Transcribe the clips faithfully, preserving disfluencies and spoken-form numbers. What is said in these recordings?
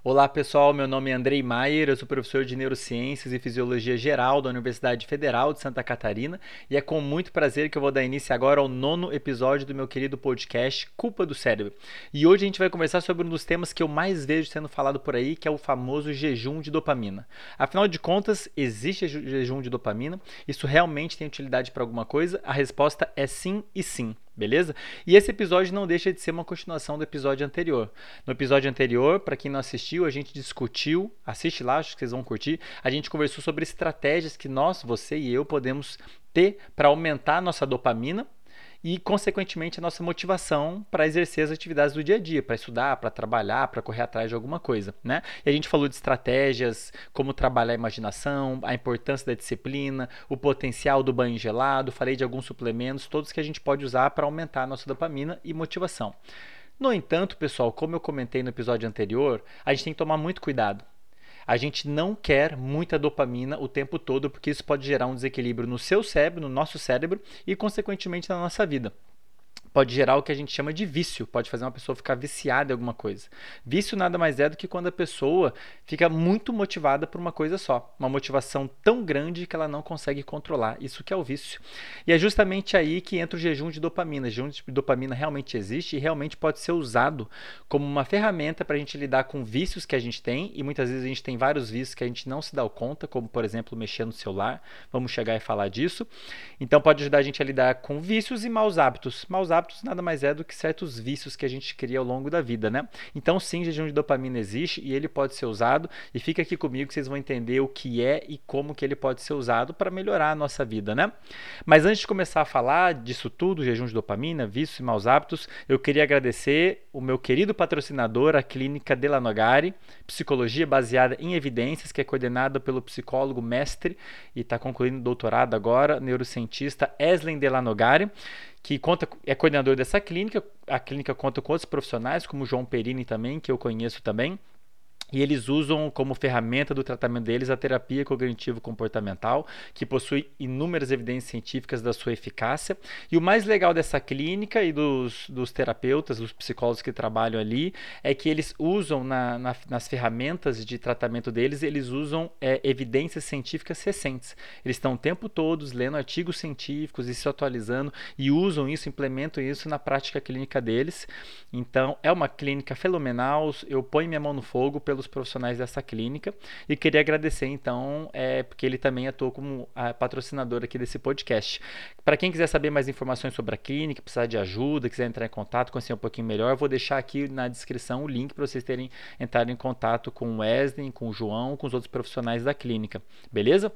Olá pessoal, meu nome é Andrei Maier, eu sou professor de Neurociências e Fisiologia Geral da Universidade Federal de Santa Catarina e é com muito prazer que eu vou dar início agora ao nono episódio do meu querido podcast Culpa do Cérebro. E hoje a gente vai conversar sobre um dos temas que eu mais vejo sendo falado por aí, que é o famoso jejum de dopamina. Afinal de contas, existe jejum de dopamina? Isso realmente tem utilidade para alguma coisa? A resposta é sim e sim. Beleza? E esse episódio não deixa de ser uma continuação do episódio anterior. No episódio anterior, para quem não assistiu, a gente discutiu, assiste lá, acho que vocês vão curtir, a gente conversou sobre estratégias que nós, você e eu, podemos ter para aumentar a nossa dopamina e, consequentemente, a nossa motivação para exercer as atividades do dia a dia, para estudar, para trabalhar, para correr atrás de alguma coisa, né? E a gente falou de estratégias, como trabalhar a imaginação, a importância da disciplina, o potencial do banho gelado, falei de alguns suplementos, todos que a gente pode usar para aumentar a nossa dopamina e motivação. No entanto, pessoal, como eu comentei no episódio anterior, a gente tem que tomar muito cuidado. A gente não quer muita dopamina o tempo todo, porque isso pode gerar um desequilíbrio no seu cérebro, no nosso cérebro e, consequentemente, na nossa vida. Pode gerar o que a gente chama de vício, pode fazer uma pessoa ficar viciada em alguma coisa. Vício nada mais é do que quando a pessoa fica muito motivada por uma coisa só, uma motivação tão grande que ela não consegue controlar. Isso que é o vício. E é justamente aí que entra o jejum de dopamina. O jejum de dopamina realmente existe e realmente pode ser usado como uma ferramenta para a gente lidar com vícios que a gente tem, e muitas vezes a gente tem vários vícios que a gente não se dá conta, como por exemplo mexer no celular. Vamos chegar e falar disso. Então pode ajudar a gente a lidar com vícios e maus hábitos. Maus hábitos nada mais é do que certos vícios que a gente cria ao longo da vida, né? Então sim, jejum de dopamina existe e ele pode ser usado, e fica aqui comigo que vocês vão entender o que é e como que ele pode ser usado para melhorar a nossa vida, né? Mas antes de começar a falar disso tudo, jejum de dopamina, vícios e maus hábitos, eu queria agradecer o meu querido patrocinador, a Clínica Delanogari, psicologia baseada em evidências, que é coordenada pelo psicólogo mestre e está concluindo doutorado agora, neurocientista Eslen Delanogari, que conta, é coordenador dessa clínica. A clínica conta com outros profissionais, como o João Perini também, que eu conheço também. E eles usam como ferramenta do tratamento deles a terapia cognitivo-comportamental, que possui inúmeras evidências científicas da sua eficácia. E o mais legal dessa clínica e dos, dos terapeutas, dos psicólogos que trabalham ali, é que eles usam na, na, nas ferramentas de tratamento deles, eles usam é, evidências científicas recentes. Eles estão o tempo todo lendo artigos científicos e se atualizando e usam isso, implementam isso na prática clínica deles. Então, é uma clínica fenomenal. Eu ponho minha mão no fogo pelo pelos profissionais dessa clínica, e queria agradecer então, é, porque ele também atuou como a patrocinador aqui desse podcast. Para quem quiser saber mais informações sobre a clínica, precisar de ajuda, quiser entrar em contato, conhecer um pouquinho melhor, eu vou deixar aqui na descrição o link para vocês terem entrado em contato com o Wesley, com o João, com os outros profissionais da clínica, beleza?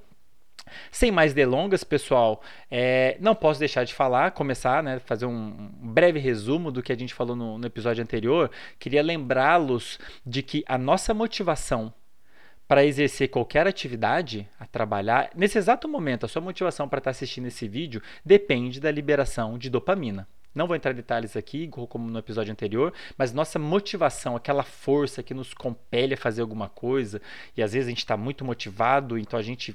Sem mais delongas, pessoal, é, não posso deixar de falar, começar, né, fazer um, um breve resumo do que a gente falou no, no episódio anterior. Queria lembrá-los de que a nossa motivação para exercer qualquer atividade, a trabalhar, nesse exato momento, a sua motivação para estar assistindo esse vídeo depende da liberação de dopamina. Não vou entrar em detalhes aqui, como no episódio anterior, mas nossa motivação, aquela força que nos compele a fazer alguma coisa, e às vezes a gente está muito motivado, então a gente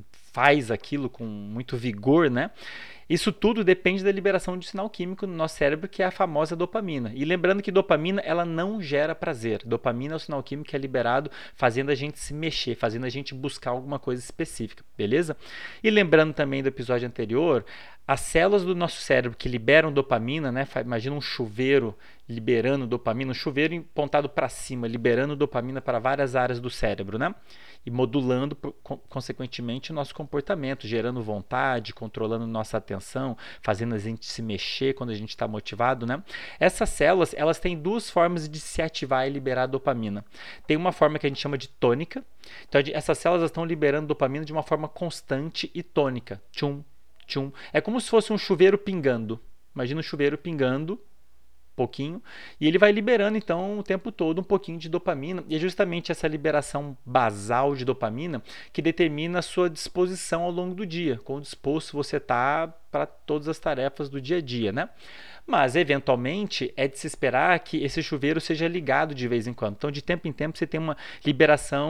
faz aquilo com muito vigor, né? Isso tudo depende da liberação de sinal químico no nosso cérebro, que é a famosa dopamina. E lembrando que dopamina, ela não gera prazer. Dopamina é o sinal químico que é liberado fazendo a gente se mexer, fazendo a gente buscar alguma coisa específica, beleza? E lembrando também do episódio anterior, as células do nosso cérebro que liberam dopamina, né? Imagina um chuveiro liberando dopamina, um chuveiro apontado para cima, liberando dopamina para várias áreas do cérebro, né? E modulando, consequentemente, o nosso comportamento, gerando vontade, controlando nossa atenção, fazendo a gente se mexer quando a gente está motivado, né? Essas células, elas têm duas formas de se ativar e liberar dopamina. Tem uma forma que a gente chama de tônica. Então, essas células estão liberando dopamina de uma forma constante e tônica. Tchum, tchum. É como se fosse um chuveiro pingando. Imagina um chuveiro pingando pouquinho, e ele vai liberando então o tempo todo um pouquinho de dopamina, e é justamente essa liberação basal de dopamina que determina a sua disposição ao longo do dia, quão disposto você está para todas as tarefas do dia a dia, né? Mas, eventualmente, é de se esperar que esse chuveiro seja ligado de vez em quando. Então, de tempo em tempo, você tem uma liberação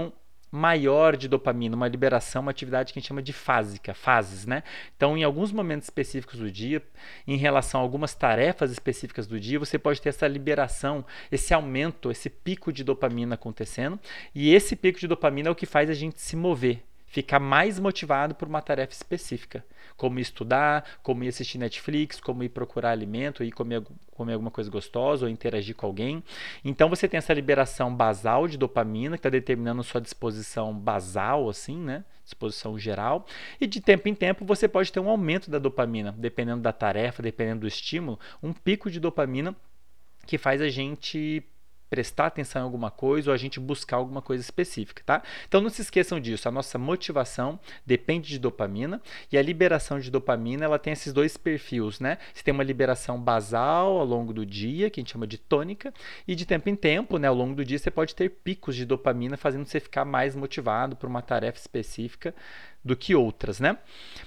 maior de dopamina, uma liberação, uma atividade que a gente chama de fásica, fases, né? Então, em alguns momentos específicos do dia, em relação a algumas tarefas específicas do dia, você pode ter essa liberação, esse aumento, esse pico de dopamina acontecendo, e esse pico de dopamina é o que faz a gente se mover, ficar mais motivado por uma tarefa específica, como estudar, como ir assistir Netflix, como ir procurar alimento, ir comer, comer alguma coisa gostosa ou interagir com alguém. Então você tem essa liberação basal de dopamina que está determinando sua disposição basal, assim, né? Disposição geral. E de tempo em tempo você pode ter um aumento da dopamina, dependendo da tarefa, dependendo do estímulo, um pico de dopamina que faz a gente prestar atenção em alguma coisa ou a gente buscar alguma coisa específica, tá? Então não se esqueçam disso, a nossa motivação depende de dopamina e a liberação de dopamina, ela tem esses dois perfis, né? Você tem uma liberação basal ao longo do dia, que a gente chama de tônica, e de tempo em tempo, né, ao longo do dia você pode ter picos de dopamina fazendo você ficar mais motivado por uma tarefa específica do que outras, né?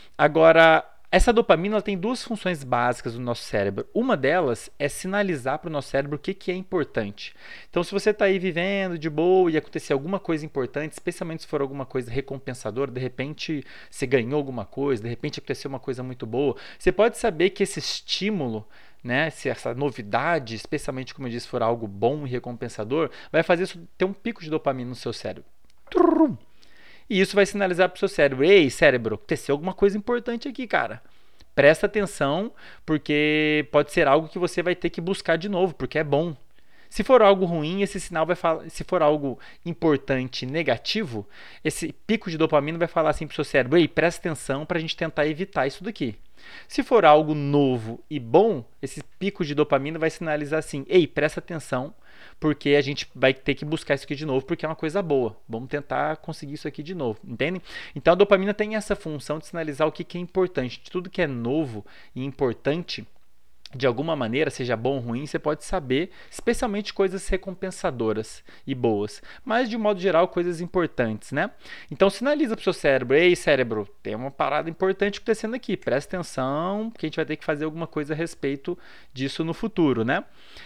Agora, essa dopamina ela tem duas funções básicas no nosso cérebro. Uma delas é sinalizar para o nosso cérebro o que, que é importante. Então, se você está aí vivendo de boa e acontecer alguma coisa importante, especialmente se for alguma coisa recompensadora, de repente você ganhou alguma coisa, de repente aconteceu uma coisa muito boa, você pode saber que esse estímulo, né, se essa novidade, especialmente como eu disse, for algo bom e recompensador, vai fazer isso ter um pico de dopamina no seu cérebro. Trum! E isso vai sinalizar para o seu cérebro: ei, cérebro, aconteceu alguma coisa importante aqui, cara. Presta atenção, porque pode ser algo que você vai ter que buscar de novo, porque é bom. Se for algo ruim, esse sinal vai falar. Se for algo importante negativo, esse pico de dopamina vai falar assim para o seu cérebro: ei, presta atenção para a gente tentar evitar isso daqui. Se for algo novo e bom, esse pico de dopamina vai sinalizar assim: ei, presta atenção, porque a gente vai ter que buscar isso aqui de novo, porque é uma coisa boa. Vamos tentar conseguir isso aqui de novo, entende? Então a dopamina tem essa função de sinalizar o que, que é importante. De tudo que é novo e importante, de alguma maneira, seja bom ou ruim, você pode saber, especialmente coisas recompensadoras e boas, mas de um modo geral, coisas importantes, né? Então sinaliza para o seu cérebro: ei, cérebro, tem uma parada importante acontecendo aqui, presta atenção, que a gente vai ter que fazer alguma coisa a respeito disso no futuro, né?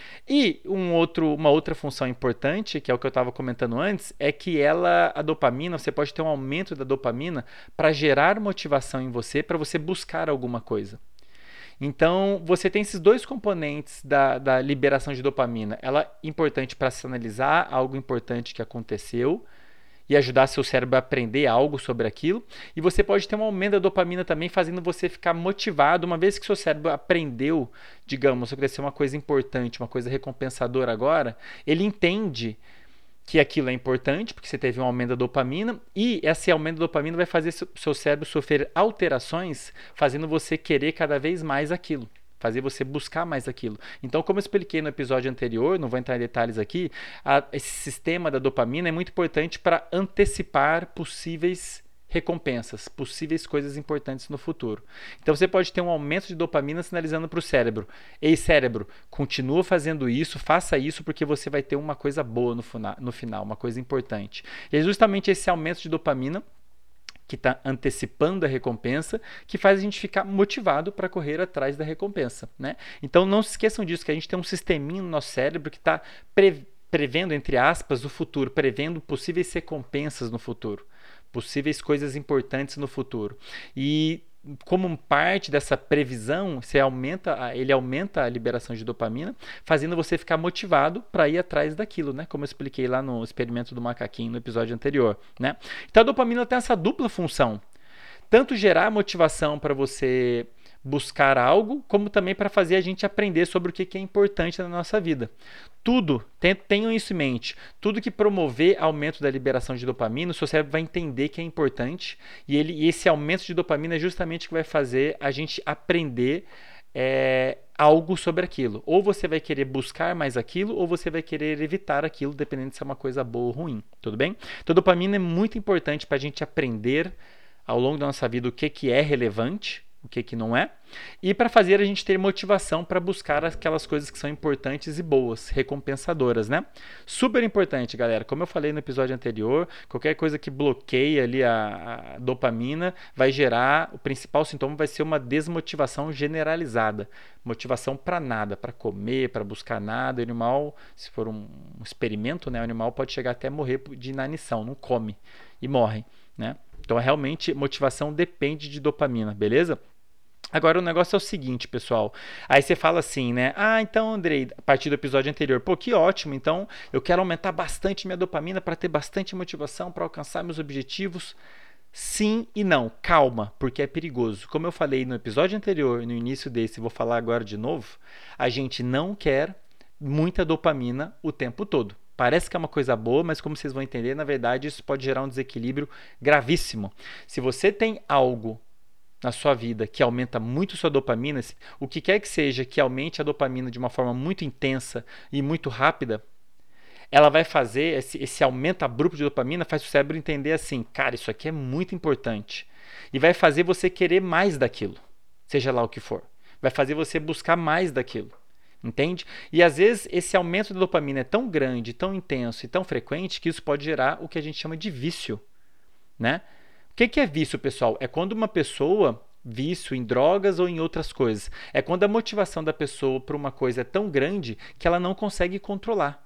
E um outro, uma outra função importante, que é o que eu estava comentando antes, é que ela, a dopamina, você pode ter um aumento da dopamina para gerar motivação em você, para você buscar alguma coisa. Então, você tem esses dois componentes da, da liberação de dopamina. Ela é importante para sinalizar algo importante que aconteceu e ajudar seu cérebro a aprender algo sobre aquilo. E você pode ter um aumento da dopamina também, fazendo você ficar motivado. Uma vez que seu cérebro aprendeu, digamos, aconteceu uma coisa importante, uma coisa recompensadora agora, ele entende que aquilo é importante, porque você teve um aumento da dopamina, e esse aumento da dopamina vai fazer seu cérebro sofrer alterações, fazendo você querer cada vez mais aquilo, fazer você buscar mais aquilo. Então, como eu expliquei no episódio anterior, não vou entrar em detalhes aqui, a, esse sistema da dopamina é muito importante para antecipar possíveis recompensas, possíveis coisas importantes no futuro. Então você pode ter um aumento de dopamina sinalizando para o cérebro: ei, cérebro, continua fazendo isso, faça isso, porque você vai ter uma coisa boa no, no final, uma coisa importante. E é justamente esse aumento de dopamina, que está antecipando a recompensa, que faz a gente ficar motivado para correr atrás da recompensa, né? Então não se esqueçam disso, que a gente tem um sisteminha no nosso cérebro que está pre prevendo, entre aspas, o futuro, prevendo possíveis recompensas no futuro, possíveis coisas importantes no futuro. E como parte dessa previsão, você aumenta, ele aumenta a liberação de dopamina, fazendo você ficar motivado para ir atrás daquilo, né? Como eu expliquei lá no experimento do macaquinho no episódio anterior, né? Então a dopamina tem essa dupla função, tanto gerar motivação para você buscar algo, como também para fazer a gente aprender sobre o que é importante na nossa vida. Tudo, tenham isso em mente, tudo que promover aumento da liberação de dopamina, o seu cérebro vai entender que é importante, e, ele, e esse aumento de dopamina é justamente o que vai fazer a gente aprender é, algo sobre aquilo. Ou você vai querer buscar mais aquilo, ou você vai querer evitar aquilo, dependendo se é uma coisa boa ou ruim, tudo bem? Então a dopamina é muito importante para a gente aprender ao longo da nossa vida o que, que é relevante, o que, que não é, e para fazer a gente ter motivação para buscar aquelas coisas que são importantes e boas, recompensadoras, né? Super importante, galera. Como eu falei no episódio anterior, qualquer coisa que bloqueia ali a, a dopamina vai gerar, o principal sintoma vai ser uma desmotivação generalizada. Motivação para nada, para comer, para buscar nada. O animal, se for um experimento, né, o animal pode chegar até a morrer de inanição, não come e morre, né? Então, realmente, motivação depende de dopamina, beleza? Agora, o negócio é o seguinte, pessoal. Aí você fala assim, né? Ah, então, Andrei, a partir do episódio anterior, pô, que ótimo. Então, eu quero aumentar bastante minha dopamina para ter bastante motivação para alcançar meus objetivos. Sim e não. Calma, porque é perigoso. Como eu falei no episódio anterior, no início desse, vou falar agora de novo, a gente não quer muita dopamina o tempo todo. Parece que é uma coisa boa, mas como vocês vão entender, na verdade, isso pode gerar um desequilíbrio gravíssimo. Se você tem algo na sua vida que aumenta muito sua dopamina, o que quer que seja que aumente a dopamina de uma forma muito intensa e muito rápida, ela vai fazer, esse, esse aumento abrupto de dopamina faz o cérebro entender assim, cara, isso aqui é muito importante. E vai fazer você querer mais daquilo, seja lá o que for. Vai fazer você buscar mais daquilo. Entende? E às vezes esse aumento da dopamina é tão grande, tão intenso e tão frequente que isso pode gerar o que a gente chama de vício, né? O que é vício, pessoal? É quando uma pessoa, vício em drogas ou em outras coisas, é quando a motivação da pessoa para uma coisa é tão grande que ela não consegue controlar.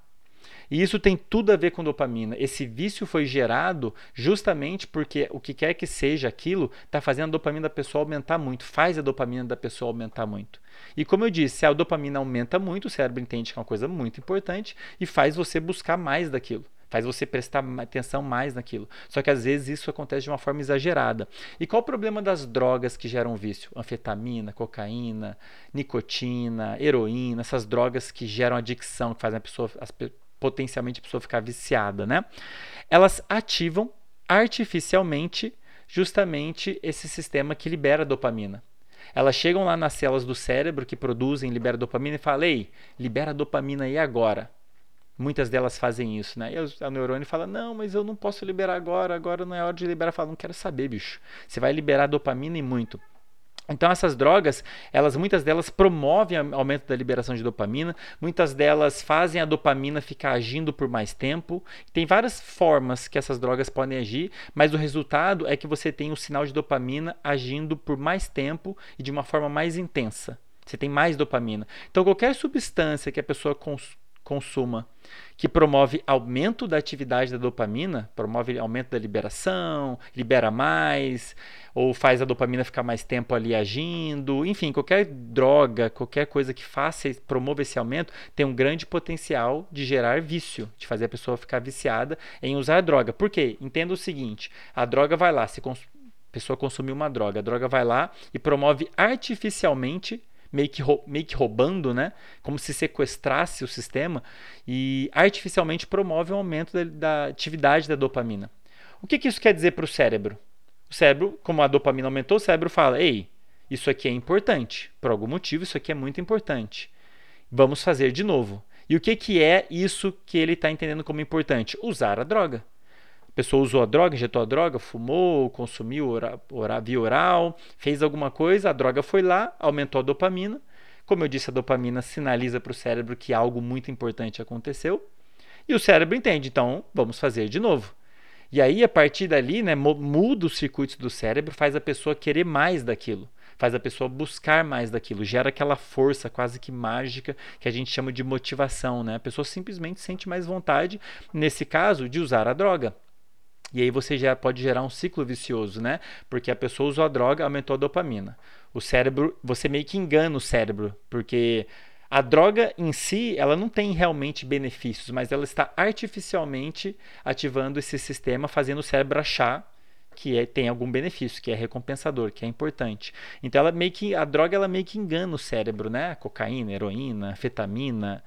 E isso tem tudo a ver com dopamina. Esse vício foi gerado justamente porque o que quer que seja aquilo está fazendo a dopamina da pessoa aumentar muito, faz a dopamina da pessoa aumentar muito. E como eu disse, se a dopamina aumenta muito, o cérebro entende que é uma coisa muito importante e faz você buscar mais daquilo. Faz você prestar atenção mais naquilo. Só que às vezes isso acontece de uma forma exagerada. E qual o problema das drogas que geram vício? Anfetamina, cocaína, nicotina, heroína, essas drogas que geram adicção, que fazem a pessoa, as, potencialmente a pessoa ficar viciada, né? Elas ativam artificialmente justamente esse sistema que libera dopamina. Elas chegam lá nas células do cérebro que produzem, liberam dopamina e falam, ei, libera dopamina aí agora. Muitas delas fazem isso, né? E a neurônio fala, não, mas eu não posso liberar agora, agora não é hora de liberar. Fala, não quero saber, bicho. Você vai liberar dopamina e muito. Então essas drogas, elas, muitas delas promovem o aumento da liberação de dopamina, muitas delas fazem a dopamina ficar agindo por mais tempo. Tem várias formas que essas drogas podem agir, mas o resultado é que você tem o sinal de dopamina agindo por mais tempo e de uma forma mais intensa. Você tem mais dopamina. Então qualquer substância que a pessoa cons- consuma que promove aumento da atividade da dopamina, promove aumento da liberação, libera mais, ou faz a dopamina ficar mais tempo ali agindo, enfim, qualquer droga, qualquer coisa que faça, promova esse aumento, tem um grande potencial de gerar vício, de fazer a pessoa ficar viciada em usar a droga. Por quê? Entenda o seguinte, a droga vai lá, se cons- a pessoa consumiu uma droga, a droga vai lá e promove artificialmente meio que, meio que roubando, né? Como se sequestrasse o sistema e artificialmente promove um aumento da, da atividade da dopamina. O que, que isso quer dizer para o cérebro? O cérebro, como a dopamina aumentou, o cérebro fala, ei, isso aqui é importante, por algum motivo isso aqui é muito importante. Vamos fazer de novo. E o que, que é isso que ele está entendendo como importante? Usar a droga. A pessoa usou a droga, injetou a droga, fumou, consumiu ora, ora, via oral, fez alguma coisa, a droga foi lá, aumentou a dopamina. Como eu disse, a dopamina sinaliza para o cérebro que algo muito importante aconteceu. E o cérebro entende, então vamos fazer de novo. E aí, a partir dali, né, muda os circuitos do cérebro, faz a pessoa querer mais daquilo. Faz a pessoa buscar mais daquilo, gera aquela força quase que mágica que a gente chama de motivação. Né? A pessoa simplesmente sente mais vontade, nesse caso, de usar a droga. E aí você já pode gerar um ciclo vicioso, né? Porque a pessoa usou a droga, aumentou a dopamina. O cérebro, você meio que engana o cérebro, porque a droga em si, ela não tem realmente benefícios, mas ela está artificialmente ativando esse sistema, fazendo o cérebro achar que é, tem algum benefício, que é recompensador, que é importante. Então ela meio que, a droga ela meio que engana o cérebro, né? Cocaína, heroína, anfetamina.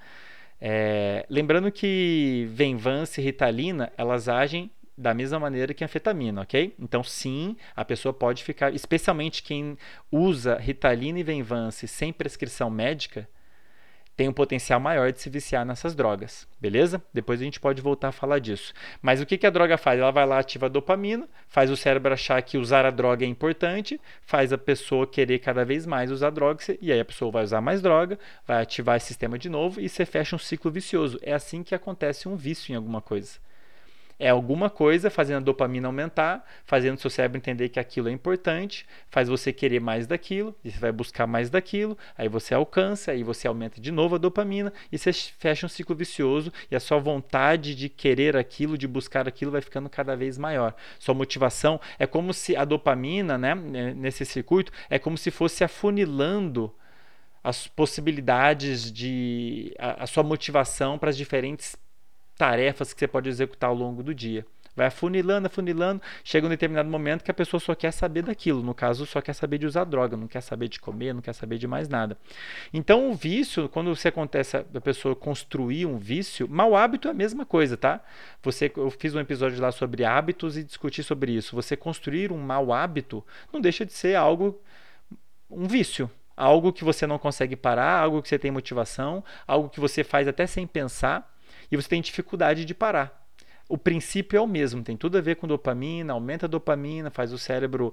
É, lembrando que Venvance e Ritalina, elas agem da mesma maneira que a anfetamina, ok? Então, sim, a pessoa pode ficar, especialmente quem usa Ritalina e Venvance sem prescrição médica, tem um potencial maior de se viciar nessas drogas, beleza? Depois a gente pode voltar a falar disso. Mas o que, que a droga faz? Ela vai lá, ativa a dopamina, faz o cérebro achar que usar a droga é importante, faz a pessoa querer cada vez mais usar droga, e aí a pessoa vai usar mais droga, vai ativar esse sistema de novo e você fecha um ciclo vicioso. É assim que acontece um vício em alguma coisa. É alguma coisa fazendo a dopamina aumentar, fazendo o seu cérebro entender que aquilo é importante, faz você querer mais daquilo, e você vai buscar mais daquilo, aí você alcança, aí você aumenta de novo a dopamina, e você fecha um ciclo vicioso, e a sua vontade de querer aquilo, de buscar aquilo, vai ficando cada vez maior. Sua motivação é como se a dopamina, né, nesse circuito, é como se fosse afunilando as possibilidades de... a, a sua motivação para as diferentes tarefas que você pode executar ao longo do dia. Vai afunilando, afunilando, chega um determinado momento que a pessoa só quer saber daquilo. No caso, só quer saber de usar droga, não quer saber de comer, não quer saber de mais nada. Então, o vício, quando você acontece a pessoa construir um vício, mau hábito é a mesma coisa, tá? Você, eu fiz um episódio lá sobre hábitos e discuti sobre isso. Você construir um mau hábito não deixa de ser algo, um vício. Algo que você não consegue parar, algo que você tem motivação, algo que você faz até sem pensar, e você tem dificuldade de parar. O princípio é o mesmo, tem tudo a ver com dopamina, aumenta a dopamina, faz o cérebro,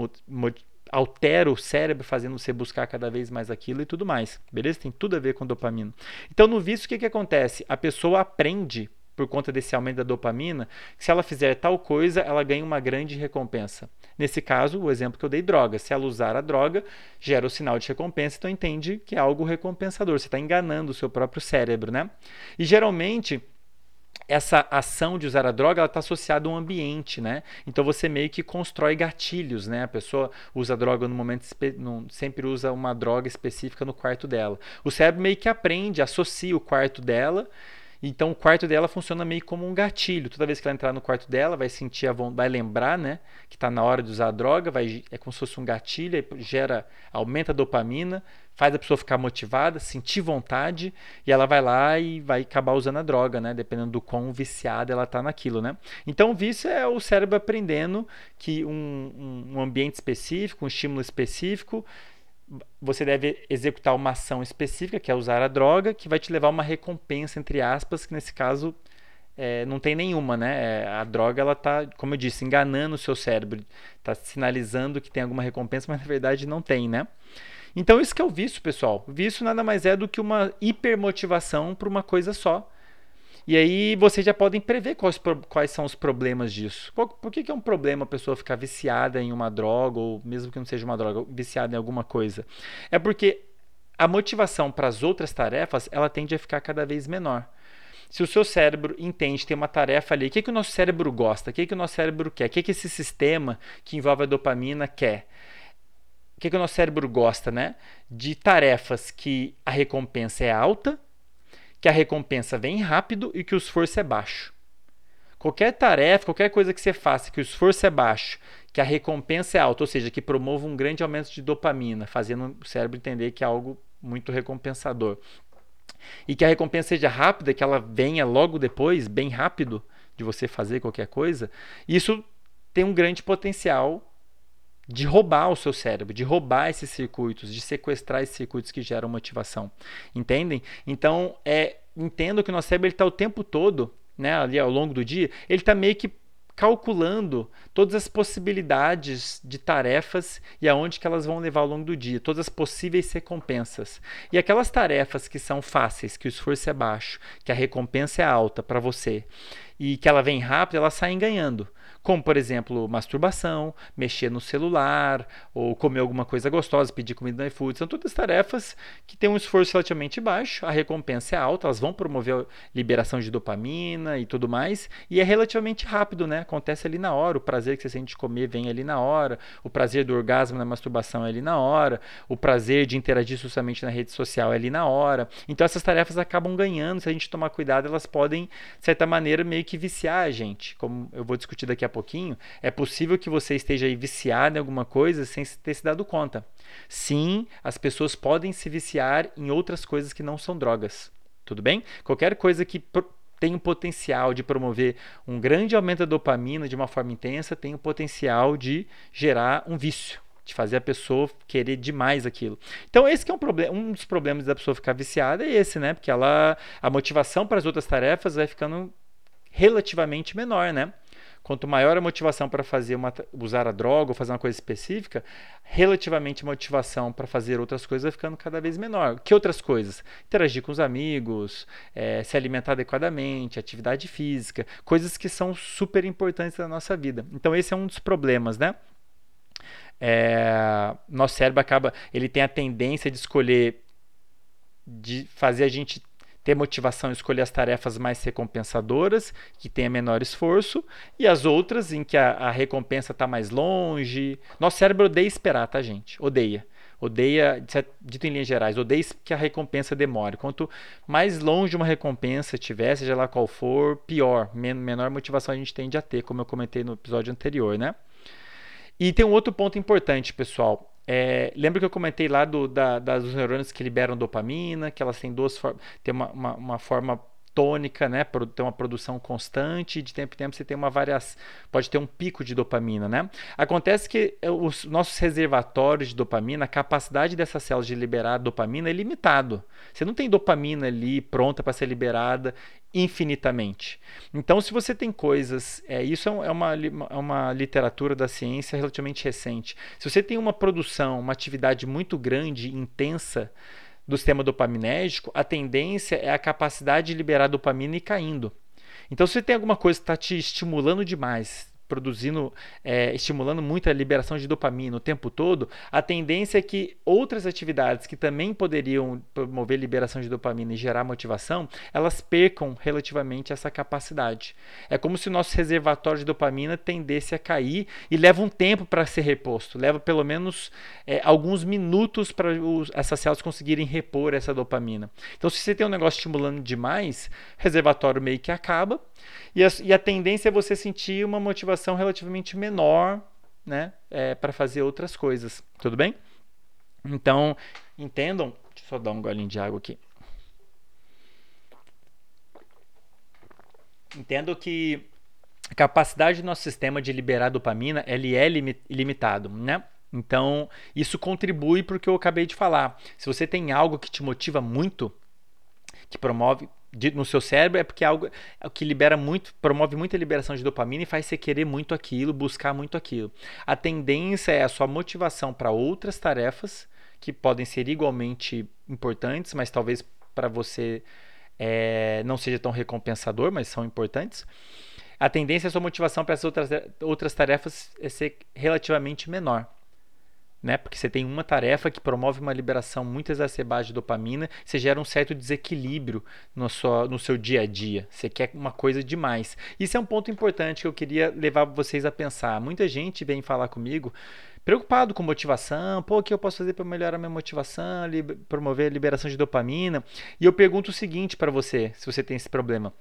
altera o cérebro, fazendo você buscar cada vez mais aquilo e tudo mais, beleza? Tem tudo a ver com dopamina. Então, no vício, o que, que acontece? A pessoa aprende, por conta desse aumento da dopamina, que se ela fizer tal coisa, ela ganha uma grande recompensa. Nesse caso, o exemplo que eu dei, droga. Se ela usar a droga, gera o sinal de recompensa, então entende que é algo recompensador. Você está enganando o seu próprio cérebro, né? E geralmente, essa ação de usar a droga está associada a um ambiente, né? Então você meio que constrói gatilhos, né? A pessoa usa a droga no momento, não, sempre usa uma droga específica no quarto dela. O cérebro meio que aprende, associa o quarto dela. Então o quarto dela funciona meio como um gatilho. Toda vez que ela entrar no quarto dela, vai sentir a vontade, vai lembrar, né, que está na hora de usar a droga, vai, é como se fosse um gatilho, aí gera, aumenta a dopamina, faz a pessoa ficar motivada, sentir vontade, e ela vai lá e vai acabar usando a droga, né, dependendo do quão viciada ela está naquilo, né. Então o vício é o cérebro aprendendo que um, um, um ambiente específico, um estímulo específico, você deve executar uma ação específica, que é usar a droga, que vai te levar a uma recompensa, entre aspas, que nesse caso é, não tem nenhuma, né? É, a droga, ela tá, como eu disse, enganando o seu cérebro, está sinalizando que tem alguma recompensa, mas na verdade não tem, né? Então isso que é o vício, pessoal. O vício nada mais é do que uma hipermotivação para uma coisa só. E aí vocês já podem prever quais, quais são os problemas disso. Por, por que, que é um problema a pessoa ficar viciada em uma droga, ou mesmo que não seja uma droga, viciada em alguma coisa? É porque a motivação para as outras tarefas, ela tende a ficar cada vez menor. Se o seu cérebro entende, tem uma tarefa ali, o que, que o nosso cérebro gosta? O que, que o nosso cérebro quer? O que, que esse sistema que envolve a dopamina quer? O que, que o nosso cérebro gosta, né? De tarefas que a recompensa é alta, que a recompensa vem rápido e que o esforço é baixo. Qualquer tarefa, qualquer coisa que você faça que o esforço é baixo, que a recompensa é alta, ou seja, que promova um grande aumento de dopamina, fazendo o cérebro entender que é algo muito recompensador. E que a recompensa seja rápida, que ela venha logo depois, bem rápido, de você fazer qualquer coisa, isso tem um grande potencial de roubar o seu cérebro, de roubar esses circuitos, de sequestrar esses circuitos que geram motivação. Entendem? Então, é, entendo que o nosso cérebro está o tempo todo, né, ali ao longo do dia, ele está meio que calculando todas as possibilidades de tarefas e aonde que elas vão levar ao longo do dia, todas as possíveis recompensas. E aquelas tarefas que são fáceis, que o esforço é baixo, que a recompensa é alta para você e que ela vem rápido, elas saem ganhando. Como, por exemplo, masturbação, mexer no celular, ou comer alguma coisa gostosa, pedir comida no iFood. São todas tarefas que têm um esforço relativamente baixo, a recompensa é alta, elas vão promover a liberação de dopamina e tudo mais, e é relativamente rápido, né? Acontece ali na hora, o prazer que você sente de comer vem ali na hora, o prazer do orgasmo na masturbação é ali na hora, o prazer de interagir socialmente na rede social é ali na hora. Então essas tarefas acabam ganhando, se a gente tomar cuidado, elas podem, de certa maneira, meio que viciar a gente, como eu vou discutir daqui a pouquinho. É possível que você esteja aí viciado em alguma coisa sem ter se dado conta. Sim, as pessoas podem se viciar em outras coisas que não são drogas. Tudo bem? Qualquer coisa que tem o potencial de promover um grande aumento da dopamina de uma forma intensa tem o potencial de gerar um vício. de fazer a pessoa querer demais aquilo. Então esse que é um, problema, um dos problemas da pessoa ficar viciada é esse, né? Porque ela, a motivação para as outras tarefas vai ficando relativamente menor, né? Quanto maior a motivação para fazer uma, usar a droga ou fazer uma coisa específica, relativamente a motivação para fazer outras coisas vai ficando cada vez menor. Que outras coisas? Interagir com os amigos, é, se alimentar adequadamente, atividade física, coisas que são super importantes na nossa vida. Então esse é um dos problemas, né? É, nosso cérebro acaba, ele tem a tendência de escolher, de fazer a gente ter motivação em escolher as tarefas mais recompensadoras, que tenha menor esforço, e as outras em que a, a recompensa está mais longe. Nosso cérebro odeia esperar, tá, gente? Odeia. Odeia, dito em linhas gerais, odeia que a recompensa demore. Quanto mais longe uma recompensa tiver, seja lá qual for, pior, menor motivação a gente tende a ter, como eu comentei no episódio anterior, né? E tem um outro ponto importante, pessoal. É, lembra que eu comentei lá do, da, das dos neurônios que liberam dopamina, que elas têm duas formas, tem uma, uma, uma forma tônica, né, tem uma produção constante, e de tempo em tempo você tem uma variação, pode ter um pico de dopamina, né? Acontece que os nossos reservatórios de dopamina, a capacidade dessas células de liberar dopamina é limitado. Você não tem dopamina ali pronta para ser liberada infinitamente. Então, se você tem coisas, é, isso é uma, é uma literatura da ciência relativamente recente. Se você tem uma produção, uma atividade muito grande, intensa do sistema dopaminérgico, a tendência é a capacidade de liberar dopamina ir caindo. Então, se você tem alguma coisa que está te estimulando demais, produzindo, é, estimulando muito a liberação de dopamina o tempo todo, a tendência é que outras atividades que também poderiam promover liberação de dopamina e gerar motivação, elas percam relativamente essa capacidade. É como se o nosso reservatório de dopamina tendesse a cair e leva um tempo para ser reposto, leva pelo menos é, alguns minutos para essas células conseguirem repor essa dopamina. Então, se você tem um negócio estimulando demais, o reservatório meio que acaba, e a, e a tendência é você sentir uma motivação relativamente menor, né, é, para fazer outras coisas. Tudo bem? Então, entendam. Deixa eu só dar um golinho de água aqui. Entendo que a capacidade do nosso sistema de liberar dopamina ele é ilimitado, né? Então, isso contribui para o que eu acabei de falar. Se você tem algo que te motiva muito, que promove no seu cérebro, é porque é algo que libera muito, promove muita liberação de dopamina e faz você querer muito aquilo, buscar muito aquilo. A tendência é a sua motivação para outras tarefas que podem ser igualmente importantes, mas talvez para você é, não seja tão recompensador, mas são importantes. A tendência é a sua motivação para essas outras, outras tarefas é ser relativamente menor. Né? Porque você tem uma tarefa que promove uma liberação muito exacerbada de dopamina, você gera um certo desequilíbrio no seu, no seu dia a dia. Você quer uma coisa demais. Isso é um ponto importante que eu queria levar vocês a pensar. Muita gente vem falar comigo preocupado com motivação. Pô, o que eu posso fazer para melhorar a minha motivação, li- promover a liberação de dopamina? E eu pergunto o seguinte para você, se você tem esse problema.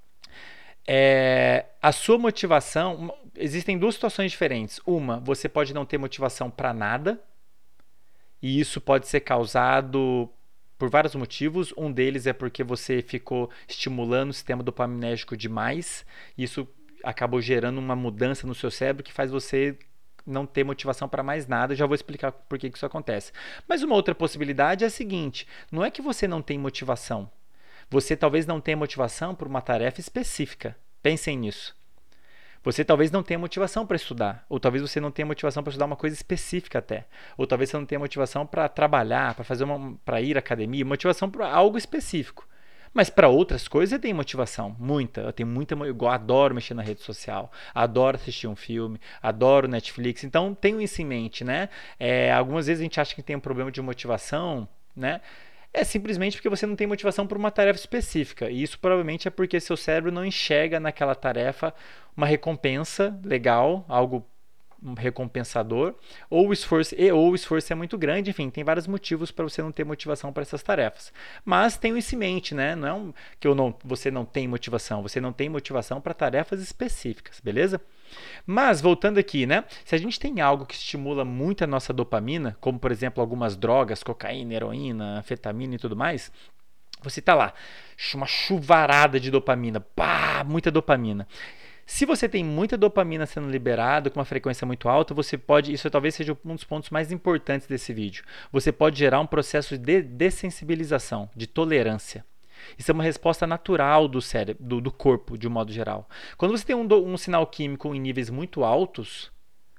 É, a sua motivação, existem duas situações diferentes. Uma, você pode não ter motivação para nada, e isso pode ser causado por vários motivos. Um deles é porque você ficou estimulando o sistema dopaminérgico demais, e isso acabou gerando uma mudança no seu cérebro que faz você não ter motivação para mais nada. Eu já vou explicar por que isso acontece. Mas uma outra possibilidade é a seguinte: não é que você não tem motivação. Você talvez não tenha motivação por uma tarefa específica. Pensem nisso. Você talvez não tenha motivação para estudar, ou talvez você não tenha motivação para estudar uma coisa específica até, ou talvez você não tenha motivação para trabalhar, para fazer uma, para ir à academia, motivação para algo específico. Mas para outras coisas eu tenho motivação, muita. Eu tenho muita, eu adoro mexer na rede social, adoro assistir um filme, adoro Netflix. Então tenho isso em mente, né? É, algumas vezes a gente acha que tem um problema de motivação, né? É simplesmente porque você não tem motivação por uma tarefa específica. E isso provavelmente é porque seu cérebro não enxerga naquela tarefa uma recompensa legal, algo recompensador, ou o esforço, e, ou o esforço é muito grande. Enfim, tem vários motivos para você não ter motivação para essas tarefas. Mas tenha isso em mente, né? Não é um, que eu não, você não tem motivação, você não tem motivação para tarefas específicas, beleza? Mas, voltando aqui, né? Se a gente tem algo que estimula muito a nossa dopamina, como, por exemplo, algumas drogas, cocaína, heroína, anfetamina e tudo mais, você tá lá, uma chuvarada de dopamina, pá, muita dopamina. Se você tem muita dopamina sendo liberada com uma frequência muito alta, você pode, isso talvez seja um dos pontos mais importantes desse vídeo, você pode gerar um processo de dessensibilização, de tolerância. Isso é uma resposta natural do cérebro, do, do corpo, de um modo geral. Quando você tem um, um sinal químico em níveis muito altos,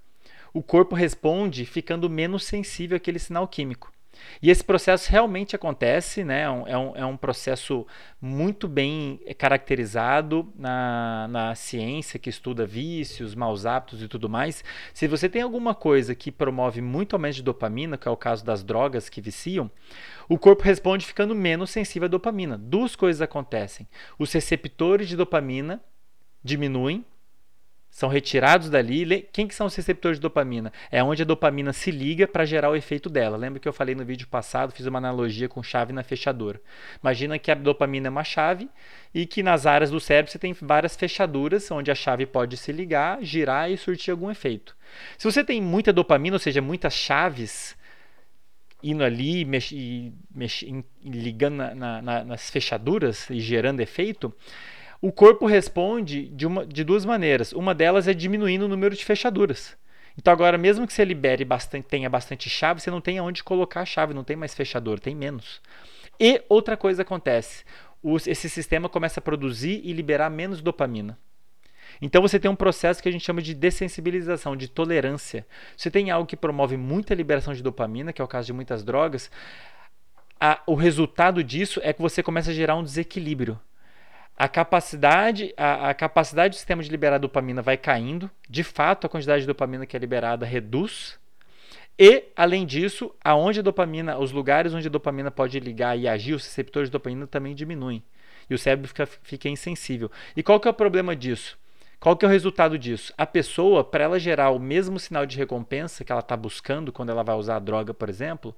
o corpo responde ficando menos sensível àquele sinal químico. E esse processo realmente acontece, né? é, um, é um processo muito bem caracterizado na, na ciência que estuda vícios, maus hábitos e tudo mais. Se você tem alguma coisa que promove muito aumento de dopamina, que é o caso das drogas que viciam, o corpo responde ficando menos sensível à dopamina. Duas coisas acontecem. Os receptores de dopamina diminuem, são retirados dali. Quem que são os receptores de dopamina? É onde a dopamina se liga para gerar o efeito dela. Lembra que eu falei no vídeo passado, fiz uma analogia com chave na fechadura. Imagina que a dopamina é uma chave e que nas áreas do cérebro você tem várias fechaduras onde a chave pode se ligar, girar e surtir algum efeito. Se você tem muita dopamina, ou seja, muitas chaves indo ali, mex, mex, ligando na, na, nas fechaduras e gerando efeito, o corpo responde de, uma, de duas maneiras. Uma delas é diminuindo o número de fechaduras. Então agora, mesmo que você libere bastante, tenha bastante chave, você não tem aonde colocar a chave, não tem mais fechadura, tem menos. E outra coisa acontece, os, esse sistema começa a produzir e liberar menos dopamina. Então você tem um processo que a gente chama de dessensibilização, de tolerância. Você tem algo que promove muita liberação de dopamina, que é o caso de muitas drogas, a, o resultado disso é que você começa a gerar um desequilíbrio. A capacidade, a, a capacidade do sistema de liberar dopamina vai caindo, de fato a quantidade de dopamina que é liberada reduz, e, além disso, aonde a dopamina, os lugares onde a dopamina pode ligar e agir, os receptores de dopamina também diminuem, e o cérebro fica, fica insensível. E qual que é o problema disso? Qual que é o resultado disso? A pessoa, para ela gerar o mesmo sinal de recompensa que ela está buscando quando ela vai usar a droga, por exemplo,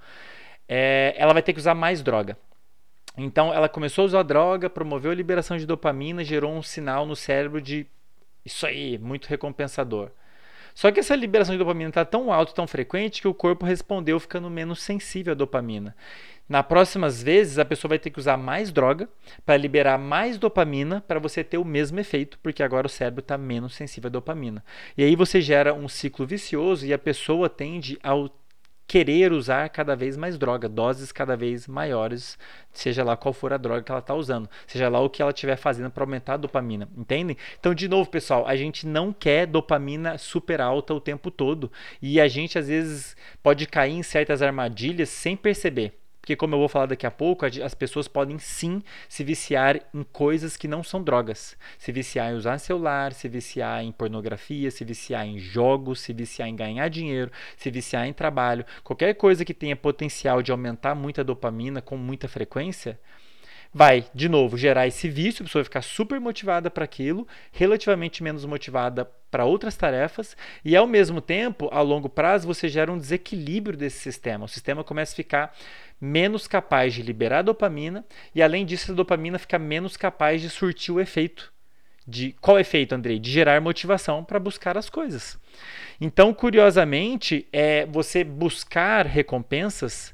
é, ela vai ter que usar mais droga. Então, ela começou a usar a droga, promoveu a liberação de dopamina, gerou um sinal no cérebro de isso aí, muito recompensador. Só que essa liberação de dopamina está tão alta, tão frequente, que o corpo respondeu ficando menos sensível à dopamina. Nas próximas vezes, a pessoa vai ter que usar mais droga para liberar mais dopamina para você ter o mesmo efeito, porque agora o cérebro está menos sensível à dopamina. E aí você gera um ciclo vicioso e a pessoa tende ao querer usar cada vez mais droga, doses cada vez maiores, seja lá qual for a droga que ela está usando, seja lá o que ela estiver fazendo para aumentar a dopamina, entendem? Então, de novo, pessoal, a gente não quer dopamina super alta o tempo todo e a gente, às vezes, pode cair em certas armadilhas sem perceber. Porque, como eu vou falar daqui a pouco, as pessoas podem sim se viciar em coisas que não são drogas. Se viciar em usar celular, se viciar em pornografia, se viciar em jogos, se viciar em ganhar dinheiro, se viciar em trabalho. Qualquer coisa que tenha potencial de aumentar muita dopamina com muita frequência, vai, de novo, gerar esse vício, a pessoa vai ficar super motivada para aquilo, relativamente menos motivada para outras tarefas, e ao mesmo tempo, a longo prazo, você gera um desequilíbrio desse sistema. O sistema começa a ficar menos capaz de liberar dopamina, e além disso, a dopamina fica menos capaz de surtir o efeito. De, qual efeito, Andrei? De gerar motivação para buscar as coisas. Então, curiosamente, é você buscar recompensas,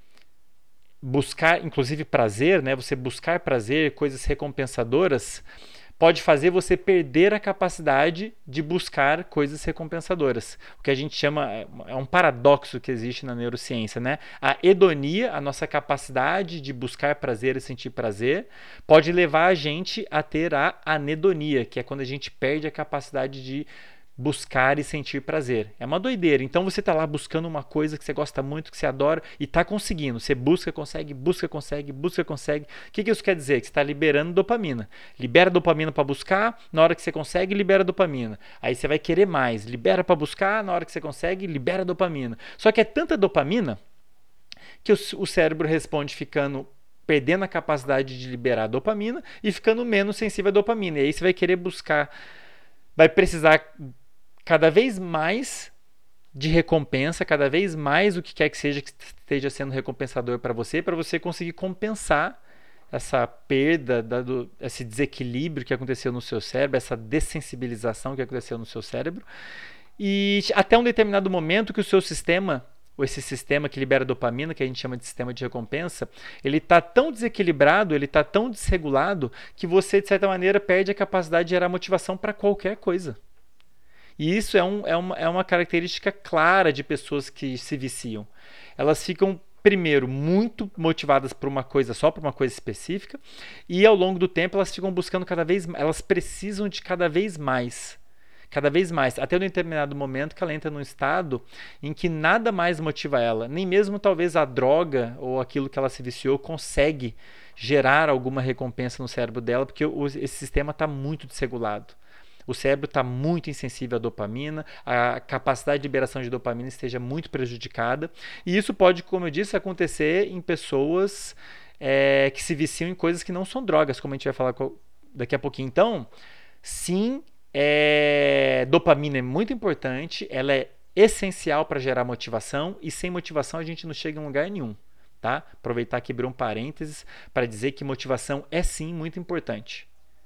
buscar, inclusive prazer, né? Você buscar prazer, coisas recompensadoras, pode fazer você perder a capacidade de buscar coisas recompensadoras. O que a gente chama, é um paradoxo que existe na neurociência, né? A hedonia, a nossa capacidade de buscar prazer e sentir prazer, pode levar a gente a ter a anedonia, que é quando a gente perde a capacidade de buscar e sentir prazer. É uma doideira. Então você está lá buscando uma coisa que você gosta muito, que você adora e está conseguindo. Você busca, consegue, busca, consegue, busca, consegue. O que, que isso quer dizer? Que você está liberando dopamina. Libera dopamina para buscar, na hora que você consegue, libera dopamina. Aí você vai querer mais. Libera para buscar, na hora que você consegue, libera dopamina. Só que é tanta dopamina que o, o cérebro responde ficando perdendo a capacidade de liberar dopamina e ficando menos sensível à dopamina. E aí você vai querer buscar, vai precisar cada vez mais de recompensa, cada vez mais o que quer que seja que esteja sendo recompensador para você, para você conseguir compensar essa perda, do, esse desequilíbrio que aconteceu no seu cérebro, essa dessensibilização que aconteceu no seu cérebro, e até um determinado momento que o seu sistema, esse sistema que libera dopamina, que a gente chama de sistema de recompensa, ele está tão desequilibrado, ele está tão desregulado, que você, de certa maneira, perde a capacidade de gerar motivação para qualquer coisa. E isso é, um, é, uma, é uma característica clara de pessoas que se viciam. Elas ficam, primeiro, muito motivadas por uma coisa só, por uma coisa específica, e ao longo do tempo elas ficam buscando cada vez mais, elas precisam de cada vez mais. Cada vez mais, até um determinado momento que ela entra num estado em que nada mais motiva ela, nem mesmo talvez a droga ou aquilo que ela se viciou consegue gerar alguma recompensa no cérebro dela, porque o, esse sistema está muito desregulado. O cérebro está muito insensível à dopamina, a capacidade de liberação de dopamina esteja muito prejudicada. E isso pode, como eu disse, acontecer em pessoas é, que se viciam em coisas que não são drogas, como a gente vai falar daqui a pouquinho. Então, sim, é, dopamina é muito importante, ela é essencial para gerar motivação, e sem motivação a gente não chega em lugar nenhum. Tá? Aproveitar aqui e abrir um parênteses para dizer que motivação é sim muito importante.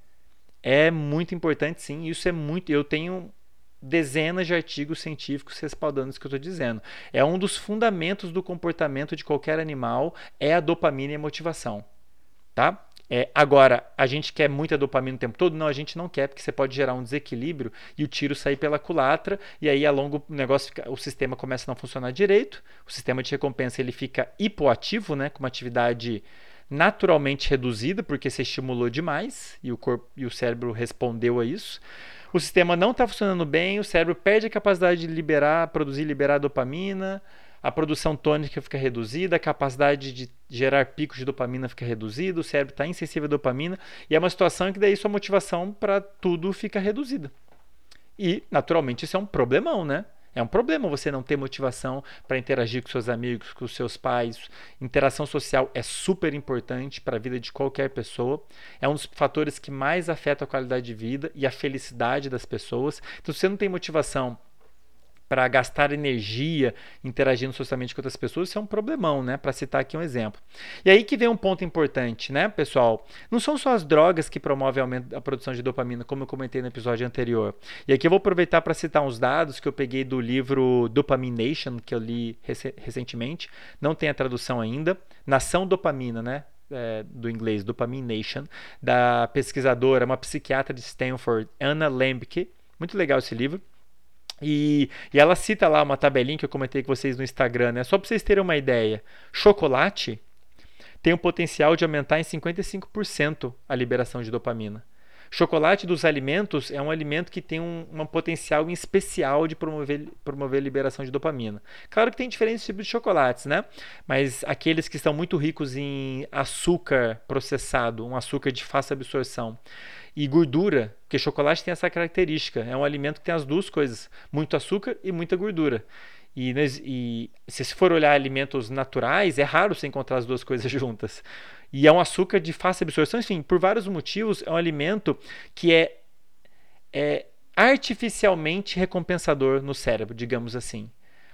É muito importante, sim. Isso é muito. Eu tenho dezenas de artigos científicos respaldando isso que eu estou dizendo. É um dos fundamentos do comportamento de qualquer animal, é a dopamina e a motivação. Tá? É, agora, a gente quer muita dopamina o tempo todo? Não, a gente não quer, porque você pode gerar um desequilíbrio e o tiro sair pela culatra, e aí a longo o negócio fica, o sistema começa a não funcionar direito, o sistema de recompensa ele fica hipoativo, né, com uma atividade naturalmente reduzida, porque você estimulou demais e o corpo e o cérebro respondeu a isso. O sistema não está funcionando bem, o cérebro perde a capacidade de liberar, produzir e liberar dopamina, a produção tônica fica reduzida, a capacidade de gerar picos de dopamina fica reduzida, o cérebro está insensível à dopamina, e é uma situação em que daí sua motivação para tudo fica reduzida. E, naturalmente, isso é um problemão, né? É um problema você não ter motivação para interagir com seus amigos, com seus pais. Interação social é super importante para a vida de qualquer pessoa. É um dos fatores que mais afeta a qualidade de vida e a felicidade das pessoas. Então, se você não tem motivação para gastar energia interagindo socialmente com outras pessoas, isso é um problemão, né? Para citar aqui um exemplo. E aí que vem um ponto importante, né, pessoal? Não são só as drogas que promovem o aumento da produção de dopamina, como eu comentei no episódio anterior. E aqui eu vou aproveitar para citar uns dados que eu peguei do livro Dopamination, que eu li rec- recentemente. Não tem a tradução ainda. Nação Dopamina, né? É, do inglês, Dopamination, da pesquisadora, uma psiquiatra de Stanford, Anna Lembke. Muito legal esse livro. E, e ela cita lá uma tabelinha que eu comentei com vocês no Instagram, né? Só para vocês terem uma ideia. Chocolate tem o potencial de aumentar em cinquenta e cinco por cento a liberação de dopamina. Chocolate dos alimentos é um alimento que tem um, um potencial em especial de promover, promover a liberação de dopamina. Claro que tem diferentes tipos de chocolates, né? Mas aqueles que estão muito ricos em açúcar processado, um açúcar de fácil absorção, e gordura, porque chocolate tem essa característica, é um alimento que tem as duas coisas, muito açúcar e muita gordura. E, e se for olhar alimentos naturais, é raro você encontrar as duas coisas juntas. E é um açúcar de fácil absorção, enfim, por vários motivos, é um alimento que é, é artificialmente recompensador no cérebro, digamos assim.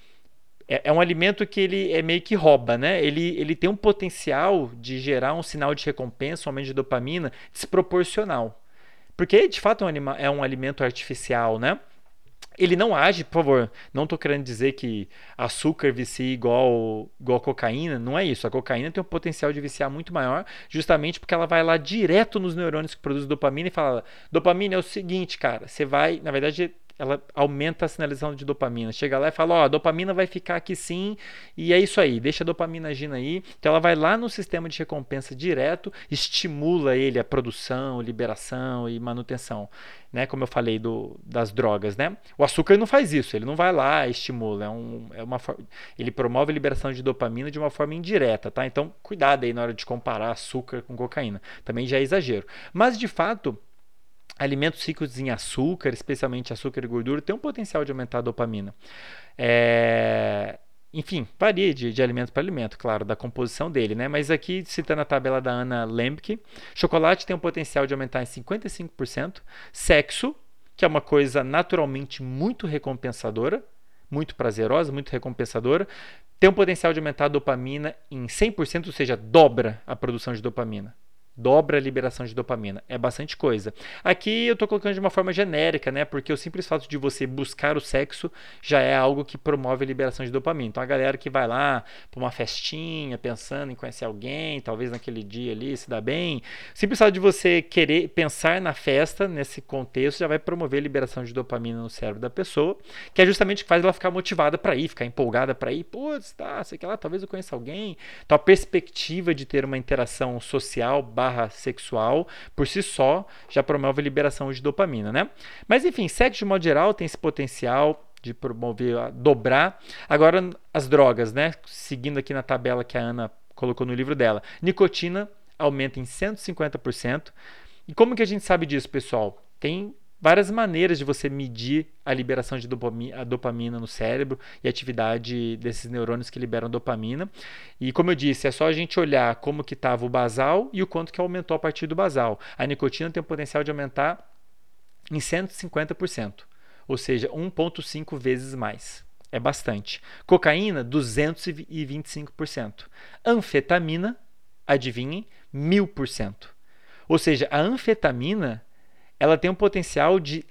É, é um alimento que ele é meio que rouba, né? Ele, ele tem um potencial de gerar um sinal de recompensa, um aumento de dopamina, desproporcional. Porque, de fato, é um, anima- é um alimento artificial, né? Ele não age, por favor, não estou querendo dizer que açúcar vicia igual, igual cocaína, não é isso. A cocaína tem um potencial de viciar muito maior, justamente porque ela vai lá direto nos neurônios que produzem dopamina e fala: dopamina é o seguinte, cara, você vai, na verdade, ela aumenta a sinalização de dopamina. Chega lá e fala: ó, a dopamina vai ficar aqui sim, e é isso aí, deixa a dopamina agindo aí. Então ela vai lá no sistema de recompensa direto, estimula ele a produção, liberação e manutenção. Né, como eu falei do, das drogas, né? O açúcar não faz isso, ele não vai lá e estimula, é, um, é uma ele promove a liberação de dopamina de uma forma indireta, tá? Então, cuidado aí na hora de comparar açúcar com cocaína, também já é exagero. Mas, de fato, alimentos ricos em açúcar, especialmente açúcar e gordura, tem um potencial de aumentar a dopamina. É... Enfim, varia de, de alimento para alimento, claro, da composição dele, né? Mas aqui, citando a tabela da Anna Lembke, chocolate tem um potencial de aumentar em cinquenta e cinco por cento. Sexo, que é uma coisa naturalmente muito recompensadora, muito prazerosa, muito recompensadora, tem um potencial de aumentar a dopamina em cem por cento, ou seja, dobra a produção de dopamina. dobra a liberação de dopamina. É bastante coisa. Aqui eu estou colocando de uma forma genérica, né? Porque o simples fato de você buscar o sexo já é algo que promove a liberação de dopamina. Então a galera que vai lá para uma festinha, pensando em conhecer alguém, talvez naquele dia ali se dá bem, o simples fato de você querer pensar na festa, nesse contexto, já vai promover a liberação de dopamina no cérebro da pessoa, que é justamente o que faz ela ficar motivada para ir, ficar empolgada para ir. Putz, tá, sei que lá, talvez eu conheça alguém. Então a perspectiva de ter uma interação social barra sexual, por si só, já promove a liberação de dopamina, né? Mas enfim, sexo de modo geral tem esse potencial de promover, dobrar. Agora, as drogas, né? Seguindo aqui na tabela que a Ana colocou no livro dela. Nicotina aumenta em cento e cinquenta por cento. E como que a gente sabe disso, pessoal? Tem várias maneiras de você medir a liberação de dopamina, a dopamina no cérebro e a atividade desses neurônios que liberam dopamina. E como eu disse, é só a gente olhar como que estava o basal e o quanto que aumentou a partir do basal. A nicotina tem o potencial de aumentar em cento e cinquenta por cento, ou seja, um vírgula cinco vezes mais. É bastante. Cocaína, duzentos e vinte e cinco por cento. Anfetamina, adivinhem, mil por cento. Ou seja, a anfetamina ela tem um potencial de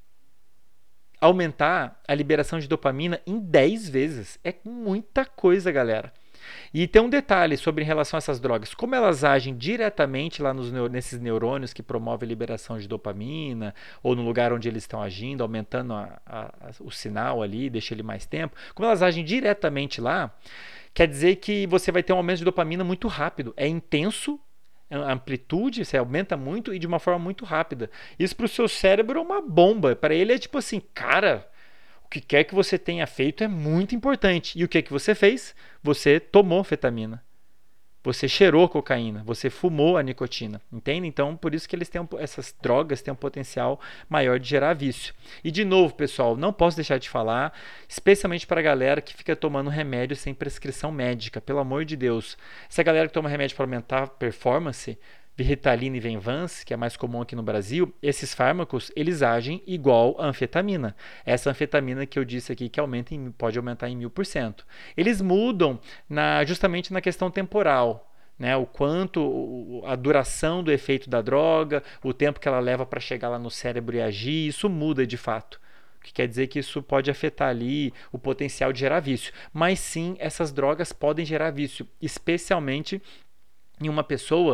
aumentar a liberação de dopamina em dez vezes. É muita coisa, galera. E tem um detalhe sobre em relação a essas drogas. Como elas agem diretamente lá nos, nesses neurônios que promovem a liberação de dopamina, ou no lugar onde eles estão agindo, aumentando a, a, a, o sinal ali, deixa ele mais tempo. Como elas agem diretamente lá, quer dizer que você vai ter um aumento de dopamina muito rápido. É intenso, a amplitude, você aumenta muito e de uma forma muito rápida. Isso para o seu cérebro é uma bomba. Para ele é tipo assim, cara, o que quer que você tenha feito é muito importante. E o que é que você fez? Você tomou anfetamina. Você cheirou cocaína, você fumou a nicotina, entende? Então, por isso que eles têm um, essas drogas têm um potencial maior de gerar vício. E de novo, pessoal, não posso deixar de falar, especialmente para a galera que fica tomando remédio sem prescrição médica, pelo amor de Deus. Essa galera que toma remédio para aumentar a performance, Ritalina e Venvance, que é mais comum aqui no Brasil, esses fármacos, eles agem igual a anfetamina. Essa anfetamina que eu disse aqui que aumenta em, pode aumentar em mil por cento. Eles mudam na, justamente na questão temporal, né? O quanto, a duração do efeito da droga, o tempo que ela leva para chegar lá no cérebro e agir, isso muda de fato. O que quer dizer que isso pode afetar ali o potencial de gerar vício. Mas sim, essas drogas podem gerar vício, especialmente em uma pessoa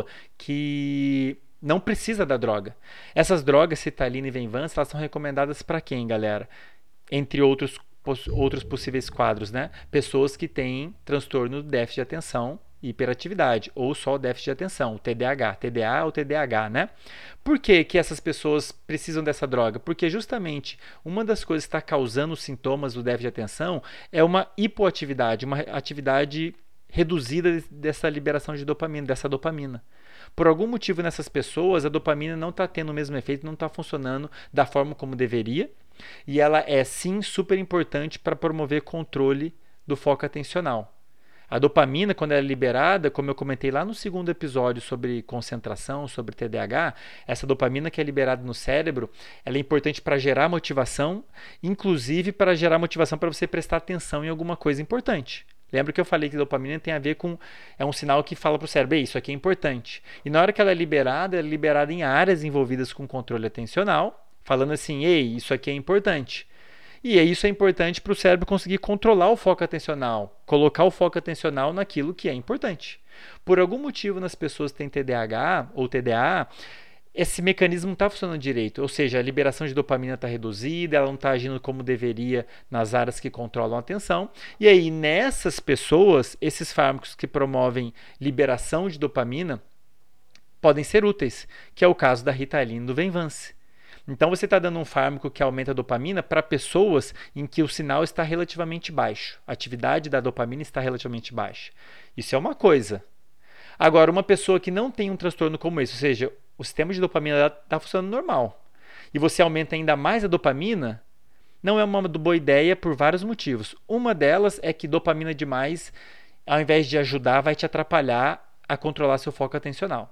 que não precisa da droga. Essas drogas, Ritalina e Venvance, elas são recomendadas para quem, galera? Entre outros, outros possíveis quadros, né? Pessoas que têm transtorno do déficit de atenção e hiperatividade, ou só o déficit de atenção, o T D A H, T D A ou T D A H, né? Por que que essas pessoas precisam dessa droga? Porque justamente uma das coisas que está causando os sintomas do déficit de atenção é uma hipoatividade, uma atividade reduzida dessa liberação de dopamina, dessa dopamina. Por algum motivo nessas pessoas a dopamina não está tendo o mesmo efeito, não está funcionando da forma como deveria, e ela é sim super importante para promover controle do foco atencional. A dopamina, quando ela é liberada, como eu comentei lá no segundo episódio sobre concentração, sobre T D A H, essa dopamina que é liberada no cérebro, ela é importante para gerar motivação, inclusive para gerar motivação para você prestar atenção em alguma coisa importante. Lembra que eu falei que a dopamina tem a ver com... é um sinal que fala para o cérebro, isso aqui é importante. E na hora que ela é liberada, ela é liberada em áreas envolvidas com controle atencional, falando assim, ei, isso aqui é importante. E isso é importante para o cérebro conseguir controlar o foco atencional, colocar o foco atencional naquilo que é importante. Por algum motivo, nas pessoas que têm T D A H ou T D A A, esse mecanismo não está funcionando direito, ou seja, a liberação de dopamina está reduzida, ela não está agindo como deveria nas áreas que controlam a atenção. E aí, nessas pessoas, esses fármacos que promovem liberação de dopamina podem ser úteis, que é o caso da Ritalina e do Venvance. Então, você está dando um fármaco que aumenta a dopamina para pessoas em que o sinal está relativamente baixo, a atividade da dopamina está relativamente baixa. Isso é uma coisa. Agora, uma pessoa que não tem um transtorno como esse, ou seja, o sistema de dopamina está funcionando normal, e você aumenta ainda mais a dopamina, não é uma boa ideia por vários motivos. Uma delas é que dopamina demais, ao invés de ajudar, vai te atrapalhar a controlar seu foco atencional.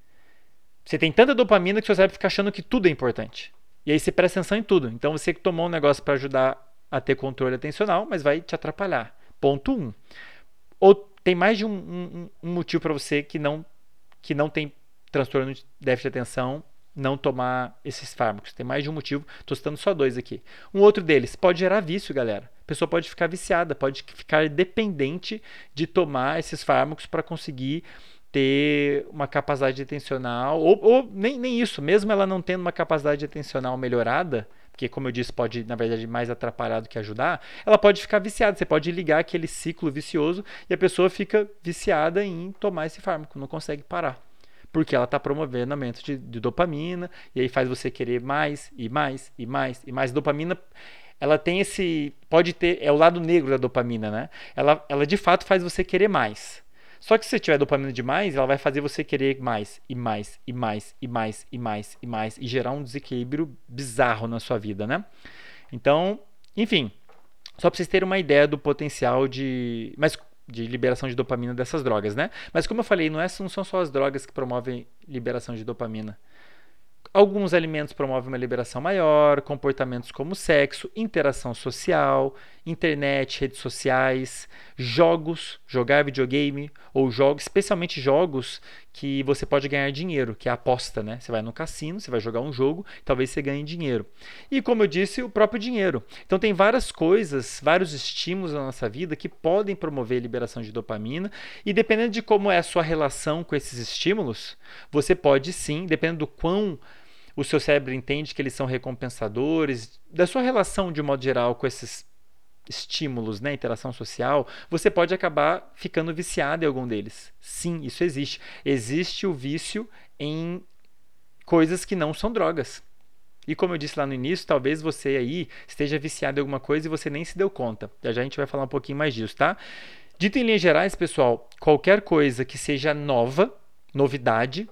Você tem tanta dopamina que seu cérebro fica achando que tudo é importante. E aí você presta atenção em tudo. Então você tomou um negócio para ajudar a ter controle atencional, mas vai te atrapalhar. Ponto um. Ou tem mais de um, um, um motivo para você que não, que não tem transtorno de déficit de atenção não tomar esses fármacos. Tem mais de um motivo, estou citando só dois aqui. Um outro deles pode gerar vício, galera. A pessoa pode ficar viciada, pode ficar dependente de tomar esses fármacos para conseguir ter uma capacidade atencional, ou, ou nem, nem isso, mesmo ela não tendo uma capacidade atencional melhorada, porque como eu disse, pode na verdade mais atrapalhar do que ajudar, ela pode ficar viciada, você pode ligar aquele ciclo vicioso e a pessoa fica viciada em tomar esse fármaco, não consegue parar. Porque ela está promovendo aumento de, de dopamina, e aí faz você querer mais, e mais, e mais, e mais. Dopamina, ela tem esse, pode ter, é o lado negro da dopamina, né? Ela, ela de fato faz você querer mais. Só que se você tiver dopamina demais, ela vai fazer você querer mais, e mais, e mais, e mais, e mais, e mais, e gerar um desequilíbrio bizarro na sua vida, né? Então, enfim, só para vocês terem uma ideia do potencial de... Mas, de liberação de dopamina dessas drogas, né? Mas como eu falei, não, é, não são só as drogas que promovem liberação de dopamina. Alguns alimentos promovem uma liberação maior, comportamentos como sexo, interação social, internet, redes sociais, jogos, jogar videogame ou jogos, especialmente jogos que você pode ganhar dinheiro, que é a aposta, né? Você vai no cassino, você vai jogar um jogo, talvez você ganhe dinheiro. E como eu disse, o próprio dinheiro. Então tem várias coisas, vários estímulos na nossa vida que podem promover a liberação de dopamina e dependendo de como é a sua relação com esses estímulos, você pode sim, dependendo do quão o seu cérebro entende que eles são recompensadores, da sua relação de modo geral com esses estímulos, né, interação social, você pode acabar ficando viciado em algum deles. Sim, isso existe. Existe o vício em coisas que não são drogas. E como eu disse lá no início, talvez você aí esteja viciado em alguma coisa e você nem se deu conta. Já já a gente vai falar um pouquinho mais disso, tá? Dito em linhas gerais, pessoal, qualquer coisa que seja nova, novidade,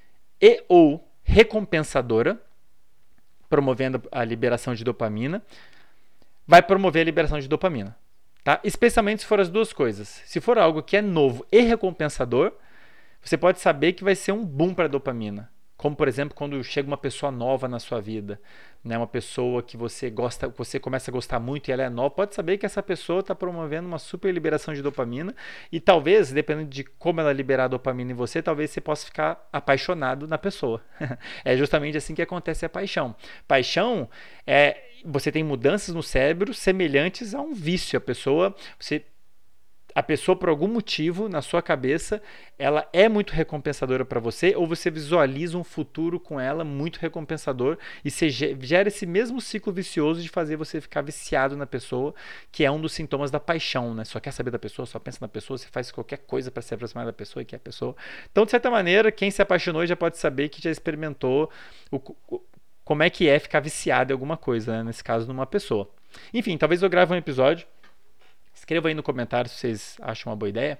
e ou recompensadora, promovendo a liberação de dopamina, vai promover a liberação de dopamina. Tá? Especialmente se for as duas coisas. Se for algo que é novo e recompensador, você pode saber que vai ser um boom para a dopamina. Como, por exemplo, quando chega uma pessoa nova na sua vida, né? Uma pessoa que você gosta, você começa a gostar muito e ela é nova, pode saber que essa pessoa está promovendo uma super liberação de dopamina e talvez, dependendo de como ela liberar a dopamina em você, talvez você possa ficar apaixonado na pessoa. É justamente assim que acontece a paixão. Paixão é você tem mudanças no cérebro semelhantes a um vício. A pessoa, você a pessoa, por algum motivo, na sua cabeça, ela é muito recompensadora para você, ou você visualiza um futuro com ela muito recompensador, e você gera esse mesmo ciclo vicioso de fazer você ficar viciado na pessoa, que é um dos sintomas da paixão, né? Só quer saber da pessoa, só pensa na pessoa, você faz qualquer coisa para se aproximar da pessoa e que é a pessoa. Então, de certa maneira, quem se apaixonou já pode saber que já experimentou o, o, como é que é ficar viciado em alguma coisa, né? Nesse caso, numa pessoa. Enfim, talvez eu grave um episódio. Escreva aí no comentário se vocês acham uma boa ideia.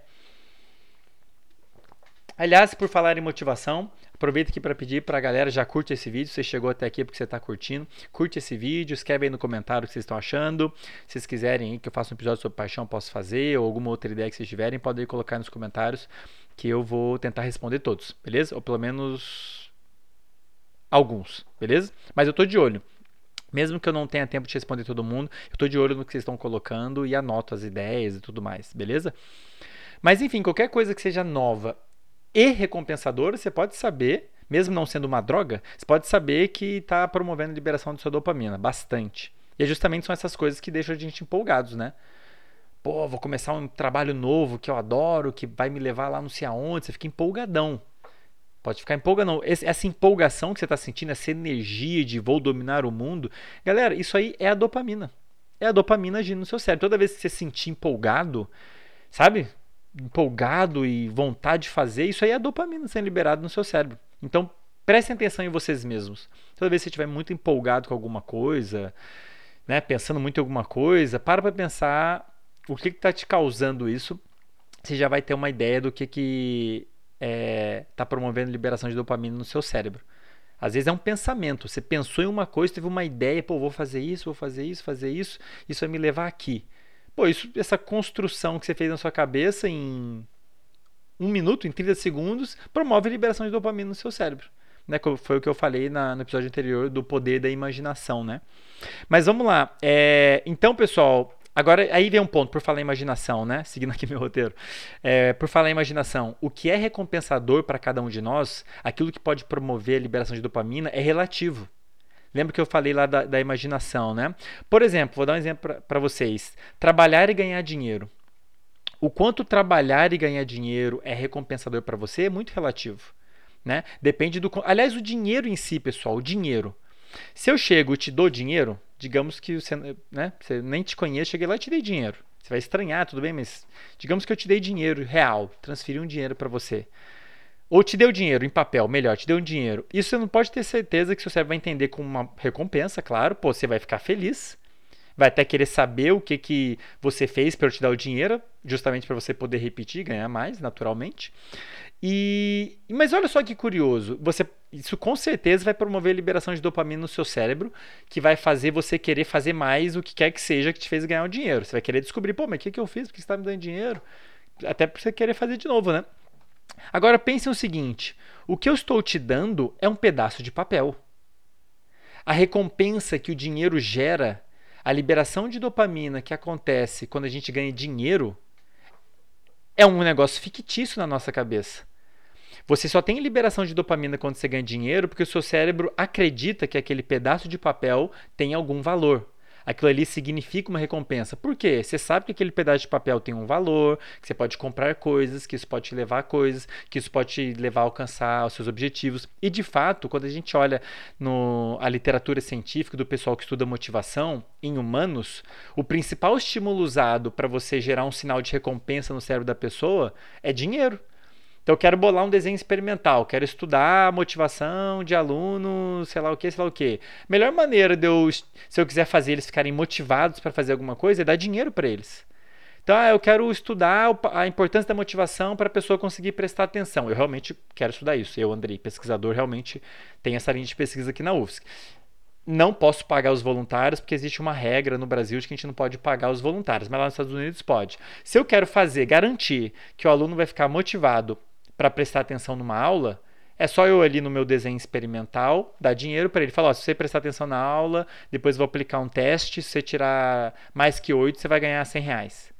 Aliás, por falar em motivação, aproveito aqui para pedir para a galera, já curte esse vídeo, você chegou até aqui porque você está curtindo, curte esse vídeo, escreve aí no comentário o que vocês estão achando, se vocês quiserem que eu faça um episódio sobre paixão, posso fazer, ou alguma outra ideia que vocês tiverem, podem colocar nos comentários que eu vou tentar responder todos, beleza? Ou pelo menos alguns, beleza? Mas eu estou de olho. Mesmo que eu não tenha tempo de responder todo mundo, eu estou de olho no que vocês estão colocando e anoto as ideias e tudo mais, beleza? Mas enfim, qualquer coisa que seja nova e recompensadora, você pode saber, mesmo não sendo uma droga, você pode saber que está promovendo a liberação de sua dopamina, bastante. E justamente são essas coisas que deixam a gente empolgados, né? Pô, vou começar um trabalho novo que eu adoro, que vai me levar lá não sei aonde, você fica empolgadão. Pode ficar empolgado. Essa empolgação que você está sentindo, essa energia de vou dominar o mundo, galera, isso aí é a dopamina. É a dopamina agindo no seu cérebro. Toda vez que você se sentir empolgado, sabe? Empolgado e vontade de fazer, isso aí é a dopamina sendo liberada no seu cérebro. Então, prestem atenção em vocês mesmos. Toda vez que você estiver muito empolgado com alguma coisa, né, pensando muito em alguma coisa, para para pensar o que está te causando isso. Você já vai ter uma ideia do que que está é, promovendo liberação de dopamina no seu cérebro. Às vezes é um pensamento. Você pensou em uma coisa, teve uma ideia, pô, vou fazer isso, vou fazer isso, fazer isso, isso vai me levar aqui. Pô, isso, essa construção que você fez na sua cabeça em um minuto, em trinta segundos, promove a liberação de dopamina no seu cérebro. Né? Foi o que eu falei na, no episódio anterior do poder da imaginação, né? Mas vamos lá. É, então, pessoal, Agora, aí vem um ponto, por falar em imaginação, né? Seguindo aqui meu roteiro. É, por falar em imaginação, o que é recompensador para cada um de nós, aquilo que pode promover a liberação de dopamina, é relativo. Lembra que eu falei lá da, da imaginação, né? Por exemplo, vou dar um exemplo para vocês. Trabalhar e ganhar dinheiro. O quanto trabalhar e ganhar dinheiro é recompensador para você é muito relativo. Né? Depende do. Aliás, o dinheiro em si, pessoal, o dinheiro. Se eu chego e te dou dinheiro, digamos que você, né, você nem te conhece, cheguei lá e te dei dinheiro. Você vai estranhar, tudo bem, mas digamos que eu te dei dinheiro real, transferi um dinheiro para você. Ou te deu dinheiro em papel, melhor, te deu um dinheiro. Isso você não pode ter certeza que seu cérebro vai entender como uma recompensa, claro. Pô, você vai ficar feliz. Vai até querer saber o que, que você fez para eu te dar o dinheiro, justamente para você poder repetir, ganhar mais, naturalmente. E, mas olha só que curioso, você, isso com certeza vai promover a liberação de dopamina no seu cérebro, que vai fazer você querer fazer mais o que quer que seja que te fez ganhar o dinheiro. Você vai querer descobrir, pô, mas o que, que eu fiz? Por que você está me dando dinheiro? Até para você querer fazer de novo, né? Agora pense o seguinte, o que eu estou te dando é um pedaço de papel. A recompensa que o dinheiro gera, a liberação de dopamina que acontece quando a gente ganha dinheiro, é um negócio fictício na nossa cabeça. Você só tem liberação de dopamina quando você ganha dinheiro porque o seu cérebro acredita que aquele pedaço de papel tem algum valor. Aquilo ali significa uma recompensa. Por quê? Você sabe que aquele pedaço de papel tem um valor, que você pode comprar coisas, que isso pode te levar a coisas, que isso pode te levar a alcançar os seus objetivos. E, de fato, quando a gente olha no, a literatura científica do pessoal que estuda motivação em humanos, o principal estímulo usado para você gerar um sinal de recompensa no cérebro da pessoa é dinheiro. Então eu quero bolar um desenho experimental, quero estudar a motivação de alunos, sei lá o que, sei lá o que. Melhor maneira de eu, se eu quiser fazer eles ficarem motivados para fazer alguma coisa, é dar dinheiro para eles. Então, ah, eu quero estudar a importância da motivação para a pessoa conseguir prestar atenção. Eu realmente quero estudar isso. Eu, Andrei, pesquisador, realmente tenho essa linha de pesquisa aqui na U F S C. Não posso pagar os voluntários, porque existe uma regra no Brasil de que a gente não pode pagar os voluntários, mas lá nos Estados Unidos pode. Se eu quero fazer, garantir que o aluno vai ficar motivado para prestar atenção numa aula, é só eu ali no meu desenho experimental dar dinheiro para ele. Falar, ó, se você prestar atenção na aula, depois vou aplicar um teste, se você tirar mais que oito, você vai ganhar cem reais.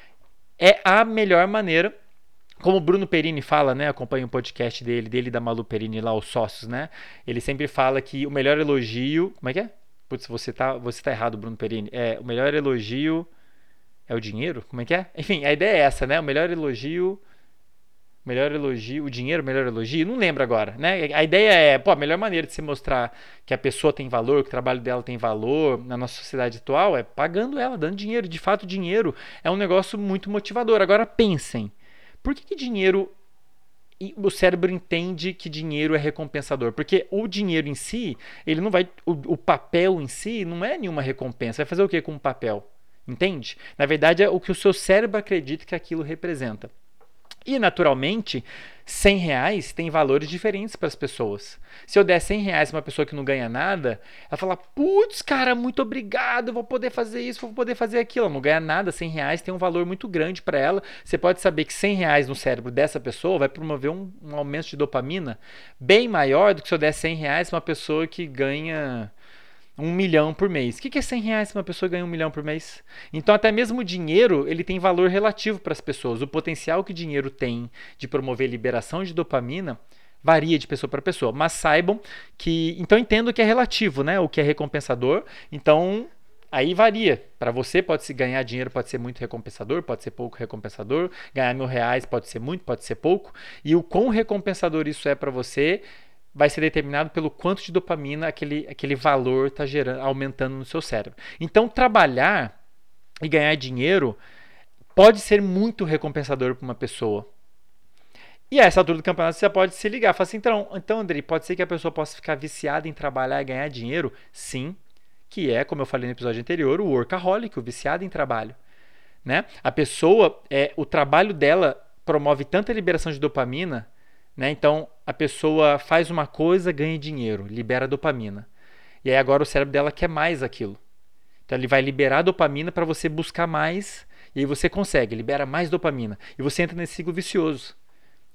É a melhor maneira, como o Bruno Perini fala, né? Acompanha o podcast dele, dele e da Malu Perini lá, os sócios, né? Ele sempre fala que o melhor elogio... Como é que é? Putz, você tá, você tá errado, Bruno Perini. É, o melhor elogio é o dinheiro? Como é que é? Enfim, a ideia é essa, né? O melhor elogio... Melhor elogio, o dinheiro, melhor elogio, não lembro agora, né? A ideia é, pô, a melhor maneira de se mostrar que a pessoa tem valor, que o trabalho dela tem valor na nossa sociedade atual é pagando ela, dando dinheiro. De fato, dinheiro é um negócio muito motivador. Agora pensem, por que, que dinheiro, o cérebro entende que dinheiro é recompensador? Porque o dinheiro em si, ele não vai, o, o papel em si não é nenhuma recompensa. Vai fazer o que com o papel? Entende? Na verdade, é o que o seu cérebro acredita que aquilo representa. E, naturalmente, cem reais tem valores diferentes para as pessoas. Se eu der cem reais para uma pessoa que não ganha nada, ela fala, putz, cara, muito obrigado, eu vou poder fazer isso, vou poder fazer aquilo. Ela não ganha nada, cem reais tem um valor muito grande para ela. Você pode saber que cem reais no cérebro dessa pessoa vai promover um, um aumento de dopamina bem maior do que se eu der cem reais para uma pessoa que ganha... um milhão por mês. O que é cem reais se uma pessoa ganha um milhão por mês? Então, até mesmo o dinheiro, ele tem valor relativo para as pessoas. O potencial que o dinheiro tem de promover liberação de dopamina varia de pessoa para pessoa. Mas saibam que... Então, entendo que é relativo, né? O que é recompensador. Então, aí varia. Para você, pode se ganhar dinheiro, pode ser muito recompensador, pode ser pouco recompensador. Ganhar mil reais pode ser muito, pode ser pouco. E o quão recompensador isso é para você... vai ser determinado pelo quanto de dopamina aquele, aquele valor está gerando, aumentando no seu cérebro. Então, trabalhar e ganhar dinheiro pode ser muito recompensador para uma pessoa. E a essa altura do campeonato você pode se ligar. Fala assim, então, então, Andrei, pode ser que a pessoa possa ficar viciada em trabalhar e ganhar dinheiro? Sim, que é, como eu falei no episódio anterior, o workaholic, o viciado em trabalho. Né? A pessoa, é, o trabalho dela promove tanta liberação de dopamina. Né? Então, a pessoa faz uma coisa, ganha dinheiro, libera dopamina. E aí agora o cérebro dela quer mais aquilo. Então, ele vai liberar dopamina para você buscar mais, e aí você consegue, libera mais dopamina. E você entra nesse ciclo vicioso.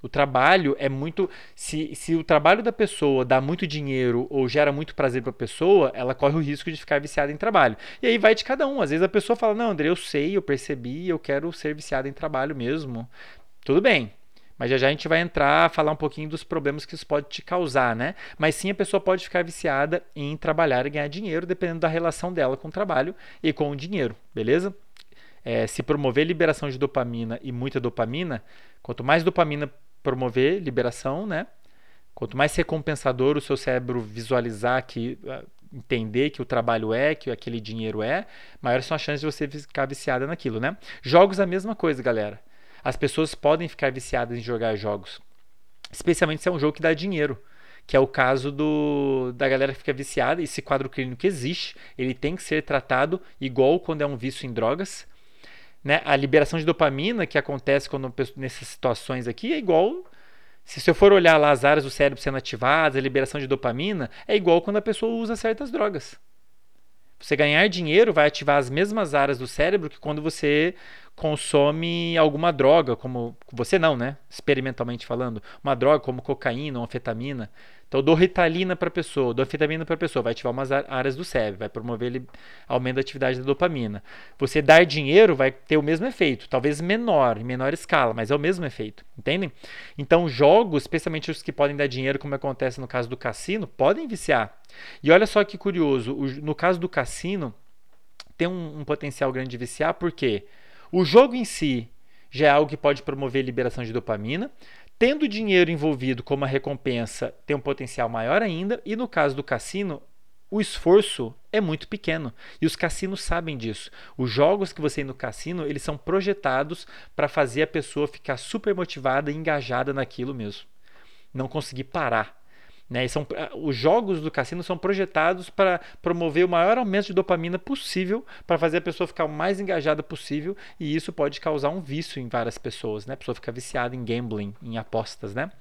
O trabalho é muito. Se, se o trabalho da pessoa dá muito dinheiro ou gera muito prazer para a pessoa, ela corre o risco de ficar viciada em trabalho. E aí vai de cada um. Às vezes a pessoa fala: Não, André, eu sei, eu percebi, eu quero ser viciada em trabalho mesmo. Tudo bem. Mas já já a gente vai entrar, falar um pouquinho dos problemas que isso pode te causar, né? Mas sim, a pessoa pode ficar viciada em trabalhar e ganhar dinheiro, dependendo da relação dela com o trabalho e com o dinheiro, beleza? É, se promover liberação de dopamina e muita dopamina, quanto mais dopamina promover liberação, né? Quanto mais recompensador o seu cérebro visualizar que uh, entender que o trabalho é, que aquele dinheiro é, maiores são as chances de você ficar viciada naquilo, né? Jogos a mesma coisa, galera. As pessoas podem ficar viciadas em jogar jogos, especialmente se é um jogo que dá dinheiro, que é o caso do, da galera que fica viciada. Esse quadro clínico existe, ele tem que ser tratado igual quando é um vício em drogas, né? A liberação de dopamina que acontece quando, nessas situações aqui é igual. Se eu for olhar lá as áreas do cérebro sendo ativadas, a liberação de dopamina é igual quando a pessoa usa certas drogas. Você ganhar dinheiro vai ativar as mesmas áreas do cérebro que quando você consome alguma droga, como você não, né? Experimentalmente falando, uma droga como cocaína ou anfetamina. Então eu dou Ritalina para a pessoa, dou anfetamina para a pessoa, vai ativar umas áreas do cérebro, vai promover ele, aumento da atividade da dopamina. Você dar dinheiro vai ter o mesmo efeito, talvez menor, em menor escala, mas é o mesmo efeito, entendem? Então jogos, especialmente os que podem dar dinheiro, como acontece no caso do cassino, podem viciar. E olha só que curioso, no caso do cassino, tem um, um potencial grande de viciar, porque o jogo em si já é algo que pode promover liberação de dopamina, tendo dinheiro envolvido como a recompensa tem um potencial maior ainda, e no caso do cassino, o esforço é muito pequeno, e os cassinos sabem disso. Os jogos que você tem no cassino, eles são projetados para fazer a pessoa ficar super motivada e engajada naquilo mesmo, não conseguir parar. Né? São, os jogos do cassino são projetados para promover o maior aumento de dopamina possível, para fazer a pessoa ficar o mais engajada possível, e isso pode causar um vício em várias pessoas, né? A pessoa fica viciada em gambling, em apostas, né?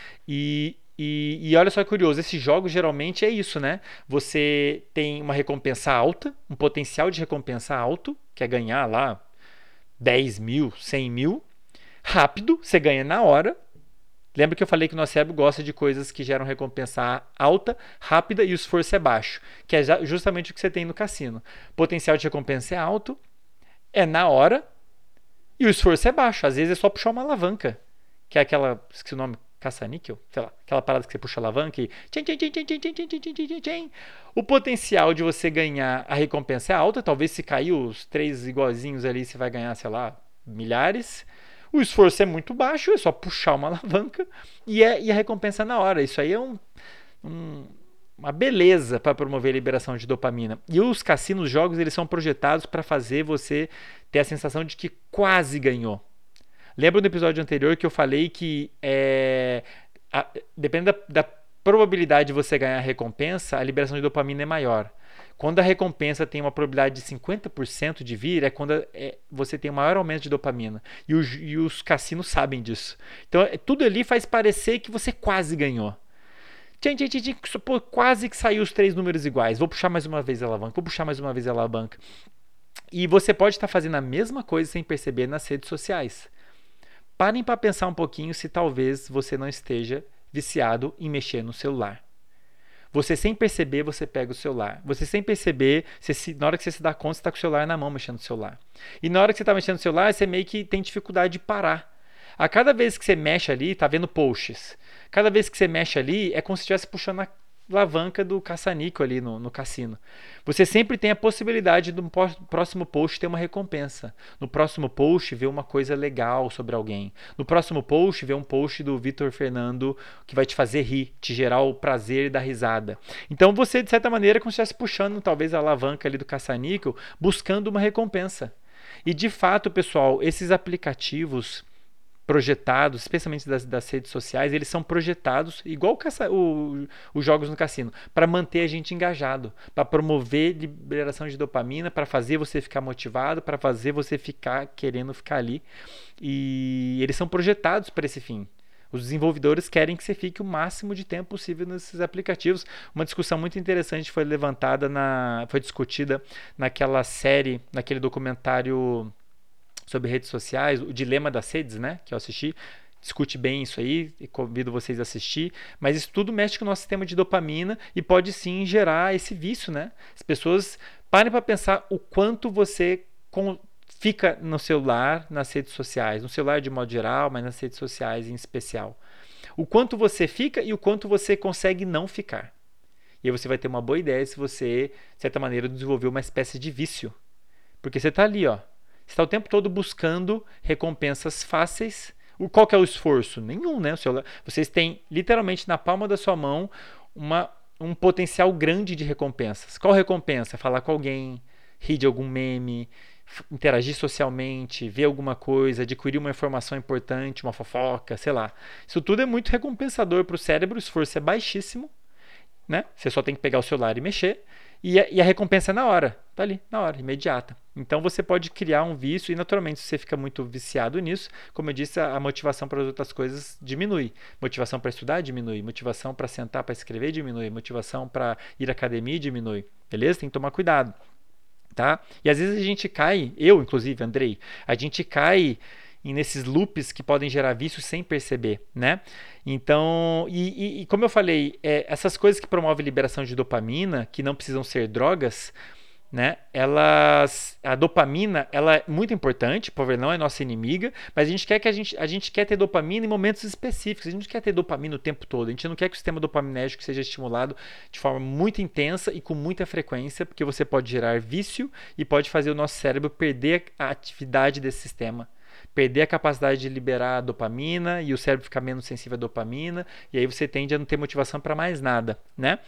E, e, e olha só que curioso, esses jogos geralmente é isso, né? Você tem uma recompensa alta, um potencial de recompensa alto, que é ganhar lá dez mil, cem mil, rápido, você ganha na hora. Lembra que eu falei que o nosso cérebro gosta de coisas que geram recompensa alta, rápida e o esforço é baixo, que é justamente o que você tem no cassino. O potencial de recompensa é alto, é na hora e o esforço é baixo. Às vezes é só puxar uma alavanca, que é aquela, esqueci o nome, caça-níquel, sei lá, aquela parada que você puxa a alavanca e tchim, tchim, tchim, tchim, tchim, tchim, tchim, tchim, tchim, tchim. O potencial de você ganhar a recompensa é alta, talvez se cair os três igualzinhos ali você vai ganhar, sei lá, milhares. O esforço é muito baixo, é só puxar uma alavanca e, é, e a recompensa na hora. Isso aí é um, um, uma beleza para promover a liberação de dopamina. E os cassinos, jogos, eles são projetados para fazer você ter a sensação de que quase ganhou. Lembra no episódio anterior que eu falei que é, a, dependendo da, da probabilidade de você ganhar a recompensa, a liberação de dopamina é maior. Quando a recompensa tem uma probabilidade de cinquenta por cento de vir, é quando é, você tem um maior aumento de dopamina. E os, e os cassinos sabem disso. Então, é, tudo ali faz parecer que você quase ganhou. Tchim, tchim, tchim, tchim, pô, quase que saiu os três números iguais. Vou puxar mais uma vez a alavanca. Vou puxar mais uma vez a alavanca. E você pode estar fazendo a mesma coisa sem perceber nas redes sociais. Parem para pensar um pouquinho se talvez você não esteja viciado em mexer no celular. Você sem perceber, você pega o celular. Você sem perceber, você se, na hora que você se dá conta, você está com o celular na mão mexendo no celular. E na hora que você está mexendo no celular, você meio que tem dificuldade de parar. A cada vez que você mexe ali, está vendo posts. Cada vez que você mexe ali, é como se estivesse puxando a alavanca do caça-níquel ali no, no cassino. Você sempre tem a possibilidade de no próximo post ter uma recompensa. No próximo post ver uma coisa legal sobre alguém. No próximo post ver um post do Vitor Fernando que vai te fazer rir, te gerar o prazer da risada. Então você, de certa maneira, é como se estivesse puxando talvez a alavanca ali do caça-níquel, buscando uma recompensa. E de fato, pessoal, esses aplicativos projetados, especialmente das, das redes sociais, eles são projetados igual o caça, o, os jogos no cassino, para manter a gente engajado, para promover liberação de dopamina, para fazer você ficar motivado, para fazer você ficar querendo ficar ali. E eles são projetados para esse fim. Os desenvolvedores querem que você fique o máximo de tempo possível nesses aplicativos. Uma discussão muito interessante foi levantada, na, foi discutida naquela série, naquele documentário sobre redes sociais, o Dilema das Redes, né, que eu assisti, Escute bem isso aí, e convido vocês a assistir. Mas isso tudo mexe com o nosso sistema de dopamina e pode sim gerar esse vício, né? As pessoas parem para pensar o quanto você com, fica no celular, nas redes sociais. No celular de modo geral, mas nas redes sociais em especial. O quanto você fica e o quanto você consegue não ficar. E aí você vai ter uma boa ideia se você, de certa maneira, desenvolver uma espécie de vício. Porque você está ali, ó. Você está o tempo todo buscando recompensas fáceis. O, qual que é o esforço? Nenhum, né? O celular, vocês têm literalmente na palma da sua mão uma, um potencial grande de recompensas. Qual recompensa? Falar com alguém, rir de algum meme, interagir socialmente, ver alguma coisa, adquirir uma informação importante, uma fofoca, sei lá. Isso tudo é muito recompensador para o cérebro, o esforço é baixíssimo, né? Você só tem que pegar o celular e mexer. E a, e a recompensa é na hora, tá ali, na hora, imediata. Então você pode criar um vício e naturalmente se você fica muito viciado nisso, como eu disse, a, a motivação para as outras coisas diminui. Motivação para estudar diminui, motivação para sentar para escrever diminui, motivação para ir à academia diminui. Beleza? Tem que tomar cuidado. Tá? E às vezes a gente cai, eu inclusive, Andrei, a gente cai nesses loops que podem gerar vício sem perceber, né? Então, e, e, e como eu falei, é, essas coisas que promovem liberação de dopamina, que não precisam ser drogas, né? Elas, a dopamina, ela é muito importante, por não é nossa inimiga, mas a gente quer que a gente, a gente quer ter dopamina em momentos específicos. A gente não quer ter dopamina o tempo todo. A gente não quer que o sistema dopaminérgico seja estimulado de forma muito intensa e com muita frequência, porque você pode gerar vício e pode fazer o nosso cérebro perder a atividade desse sistema. Perder a capacidade de liberar a dopamina e o cérebro ficar menos sensível à dopamina, e aí você tende a não ter motivação para mais nada, né?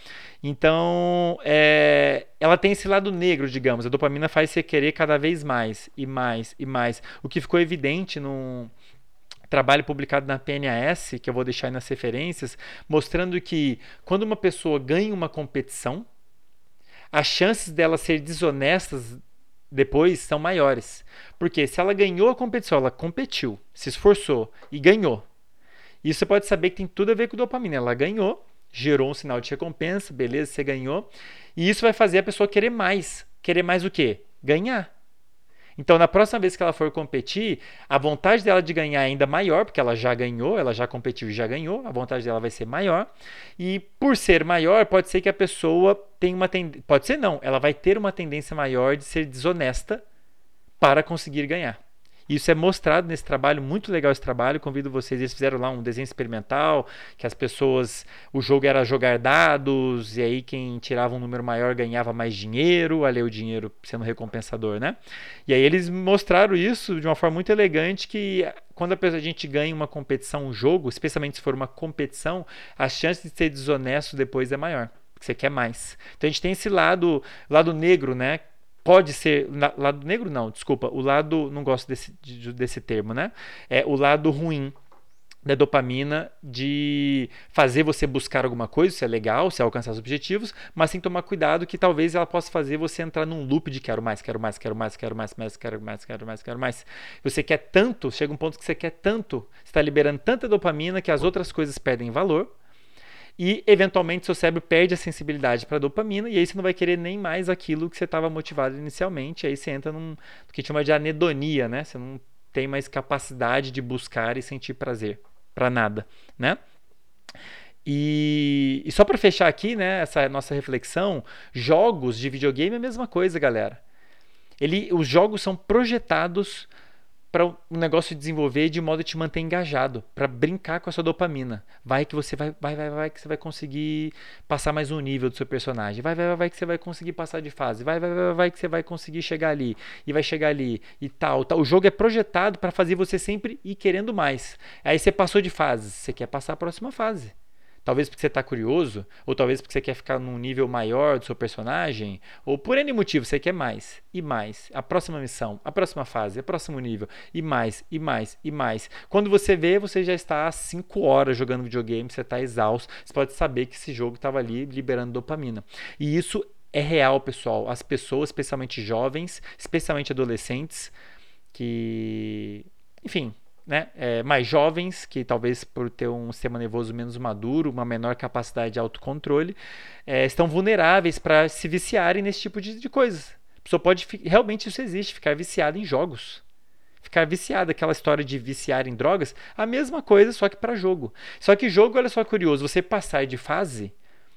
Então, é, ela tem esse lado negro, digamos. A dopamina faz você querer cada vez mais e mais e mais. O que ficou evidente num trabalho publicado na P N A S, que eu vou deixar aí nas referências, mostrando que quando uma pessoa ganha uma competição, as chances dela ser desonestas depois são maiores. Porque se ela ganhou a competição, ela competiu, se esforçou e ganhou. Isso você pode saber que tem tudo a ver com dopamina. Ela ganhou, gerou um sinal de recompensa, beleza, você ganhou. E isso vai fazer a pessoa querer mais. Querer mais o quê? Ganhar. Então, na próxima vez que ela for competir, a vontade dela de ganhar é ainda maior, porque ela já ganhou, ela já competiu e já ganhou, a vontade dela vai ser maior. E por ser maior, pode ser que a pessoa tenha uma tendência. Pode ser não, ela vai ter uma tendência maior de ser desonesta para conseguir ganhar. Isso é mostrado nesse trabalho, muito legal esse trabalho, convido vocês, eles fizeram lá um desenho experimental, que as pessoas, o jogo era jogar dados, e aí quem tirava um número maior ganhava mais dinheiro, ali o dinheiro sendo recompensador, né? E aí eles mostraram isso de uma forma muito elegante, que quando a gente ganha uma competição, um jogo, especialmente se for uma competição, a chance de ser desonesto depois é maior, porque você quer mais. Então a gente tem esse lado, lado negro, né? Pode ser, lado negro não, desculpa, o lado, não gosto desse, desse termo, né? É o lado ruim da dopamina de fazer você buscar alguma coisa, isso é legal, você alcançar os objetivos, mas tem que tomar cuidado que talvez ela possa fazer você entrar num loop de quero mais, quero mais, quero mais, quero mais, mais quero mais, quero mais, quero mais. Você quer tanto, chega um ponto que você quer tanto, você está liberando tanta dopamina que as outras coisas perdem valor. E, eventualmente, seu cérebro perde a sensibilidade para a dopamina e aí você não vai querer nem mais aquilo que você estava motivado inicialmente. Aí você entra num no que chama de anedonia, né? Você não tem mais capacidade de buscar e sentir prazer para nada, né? E, e só para fechar aqui, né, essa nossa reflexão, jogos de videogame é a mesma coisa, galera. Ele, os jogos são projetados para o um negócio desenvolver de modo a te manter engajado, para brincar com a sua dopamina. Vai que você vai, vai, vai, vai que você vai conseguir passar mais um nível do seu personagem. Vai, vai, vai, vai que você vai conseguir passar de fase. Vai, vai, vai, vai que você vai conseguir chegar ali e vai chegar ali e tal, tal. O jogo é projetado para fazer você sempre ir querendo mais. Aí você passou de fase, você quer passar a próxima fase. Talvez porque você está curioso, ou talvez porque você quer ficar num nível maior do seu personagem, ou por N motivo você quer mais, e mais. A próxima missão, a próxima fase, o próximo nível, e mais, e mais, e mais. Quando você vê, você já está há cinco horas jogando videogame, você está exausto, você pode saber que esse jogo estava ali liberando dopamina. E isso é real, pessoal. As pessoas, especialmente jovens, especialmente adolescentes, que, enfim... Né, é, mais jovens, que talvez por ter um sistema nervoso menos maduro, uma menor capacidade de autocontrole, é, estão vulneráveis para se viciarem nesse tipo de, de coisas. A pessoa pode, realmente isso existe, ficar viciada em jogos. ficar viciado, aquela história de viciar em drogas, a mesma coisa, só que para jogo. Só que jogo, olha só curioso, você passar de fase,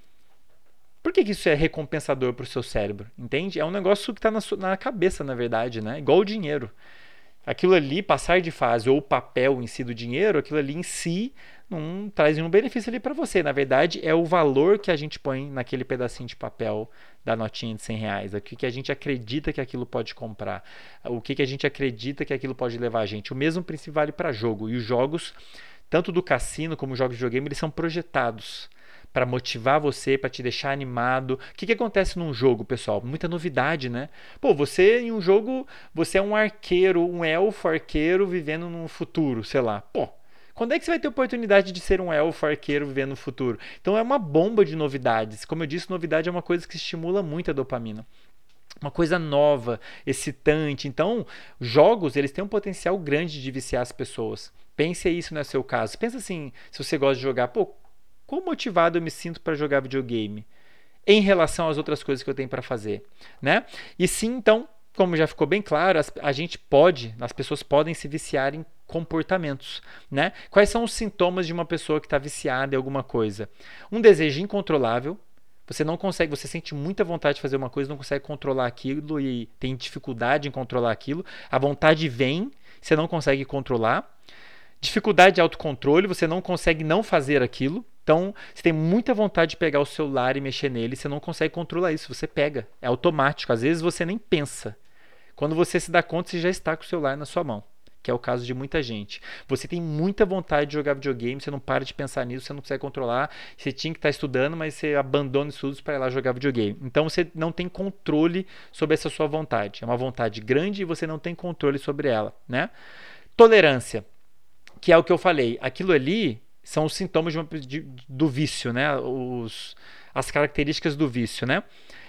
por que, que isso é recompensador para o seu cérebro? Entende? É um negócio que está na, na cabeça, na verdade, né? Igual o dinheiro. Aquilo ali, passar de fase, ou o papel em si do dinheiro, aquilo ali em si não traz nenhum benefício ali para você. Na verdade, é o valor que a gente põe naquele pedacinho de papel da notinha de cem reais. O que, que a gente acredita que aquilo pode comprar. O que, que a gente acredita que aquilo pode levar a gente. O mesmo princípio vale para jogo. E os jogos, tanto do cassino como os jogos de videogame, eles são projetados para motivar você, para te deixar animado. O que, que acontece num jogo, pessoal? Muita novidade, né? Pô, você em um jogo, você é um arqueiro, um elfo arqueiro vivendo no futuro, sei lá. Pô, quando é que você vai ter oportunidade de ser um elfo arqueiro vivendo no futuro? Então é uma bomba de novidades. Como eu disse, novidade é uma coisa que estimula muito a dopamina. Uma coisa nova, excitante. Então, jogos, eles têm um potencial grande de viciar as pessoas. Pense isso no seu caso. Pensa assim, se você gosta de jogar, pô, quão motivado eu me sinto para jogar videogame em relação às outras coisas que eu tenho para fazer, né? E sim, então, como já ficou bem claro, a gente pode, as pessoas podem se viciar em comportamentos, né? Quais são os sintomas de uma pessoa que está viciada em alguma coisa? Um desejo incontrolável. Você não consegue, você sente muita vontade de fazer uma coisa, não consegue controlar aquilo e tem dificuldade em controlar aquilo. A vontade vem, você não consegue controlar. Dificuldade de autocontrole, você não consegue não fazer aquilo. Então, você tem muita vontade de pegar o celular e mexer nele, você não consegue controlar isso, você pega, é automático. Às vezes você nem pensa. Quando você se dá conta, você já está com o celular na sua mão, que é o caso de muita gente. Você tem muita vontade de jogar videogame, você não para de pensar nisso, você não consegue controlar, você tinha que estar estudando, mas você abandona os estudos para ir lá jogar videogame. Então você não tem controle sobre essa sua vontade. É uma vontade grande e você não tem controle sobre ela, né? Tolerância, que é o que eu falei. Aquilo ali são os sintomas de uma, de, do vício, né? Os, as características do vício, né?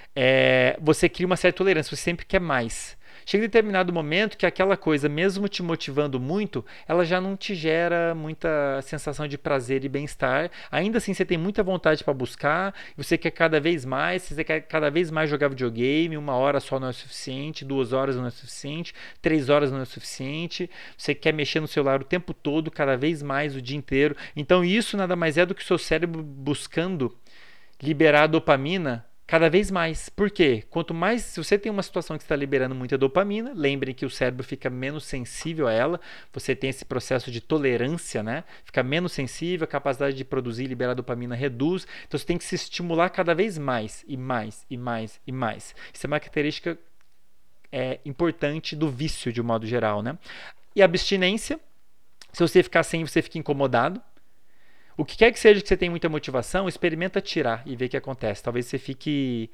É, você cria uma certa tolerância, você sempre quer mais. Chega em determinado momento que aquela coisa, mesmo te motivando muito, ela já não te gera muita sensação de prazer e bem-estar. Ainda assim, você tem muita vontade para buscar, você quer cada vez mais, você quer cada vez mais jogar videogame, uma hora só não é suficiente, duas horas não é suficiente, três horas não é suficiente, você quer mexer no celular o tempo todo, cada vez mais, o dia inteiro. Então isso nada mais é do que o seu cérebro buscando liberar a dopamina cada vez mais. Por quê? Quanto mais, se você tem uma situação que está liberando muita dopamina, lembrem que o cérebro fica menos sensível a ela, você tem esse processo de tolerância, né? Fica menos sensível, a capacidade de produzir e liberar dopamina reduz, então você tem que se estimular cada vez mais, e mais, e mais, e mais. Isso é uma característica é, importante do vício, de um modo geral, né? E a abstinência, se você ficar sem, você fica incomodado. O que quer que seja que você tenha muita motivação, experimenta tirar e ver o que acontece. Talvez você fique...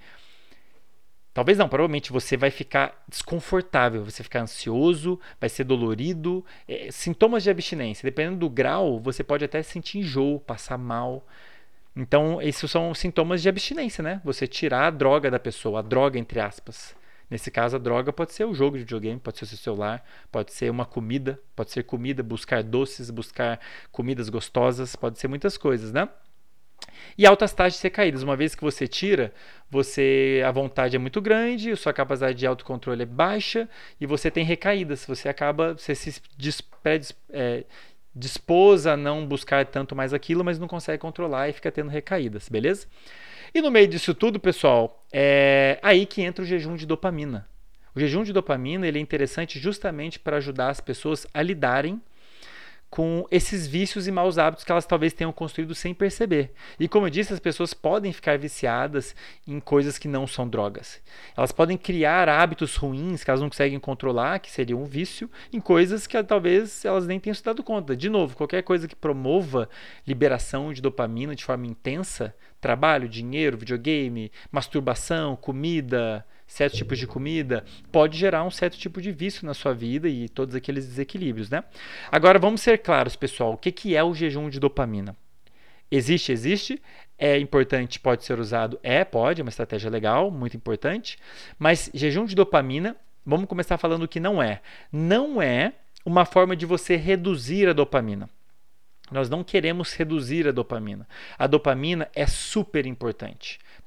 Talvez não, provavelmente você vai ficar desconfortável, você vai ficar ansioso, vai ser dolorido. É, sintomas de abstinência, dependendo do grau, você pode até sentir enjoo, passar mal. Então, esses são sintomas de abstinência, né? Você tirar a droga da pessoa, a droga entre aspas. Nesse caso, a droga pode ser o jogo de videogame, pode ser o seu celular, pode ser uma comida, pode ser comida, buscar doces, buscar comidas gostosas, pode ser muitas coisas, né? E altas taxas de recaídas. Uma vez que você tira, você a vontade é muito grande, a sua capacidade de autocontrole é baixa e você tem recaídas. Você acaba, você se dispredis, é, dispôs a não buscar tanto mais aquilo, mas não consegue controlar e fica tendo recaídas, beleza? E no meio disso tudo, pessoal, é aí que entra o jejum de dopamina. O jejum de dopamina ele é interessante justamente para ajudar as pessoas a lidarem com esses vícios e maus hábitos que elas talvez tenham construído sem perceber. E como eu disse, as pessoas podem ficar viciadas em coisas que não são drogas. Elas podem criar hábitos ruins que elas não conseguem controlar, que seria um vício, em coisas que talvez elas nem tenham se dado conta. De novo, qualquer coisa que promova liberação de dopamina de forma intensa, trabalho, dinheiro, videogame, masturbação, comida, certos tipos de comida, pode gerar um certo tipo de vício na sua vida e todos aqueles desequilíbrios, né? Agora vamos ser claros, pessoal, o que que é o jejum de dopamina? Existe, existe, é importante, pode ser usado, é, pode, é uma estratégia legal, muito importante, mas jejum de dopamina, vamos começar falando o que não é. Não é uma forma de você reduzir a dopamina. Nós não queremos reduzir a dopamina. A dopamina é super importante.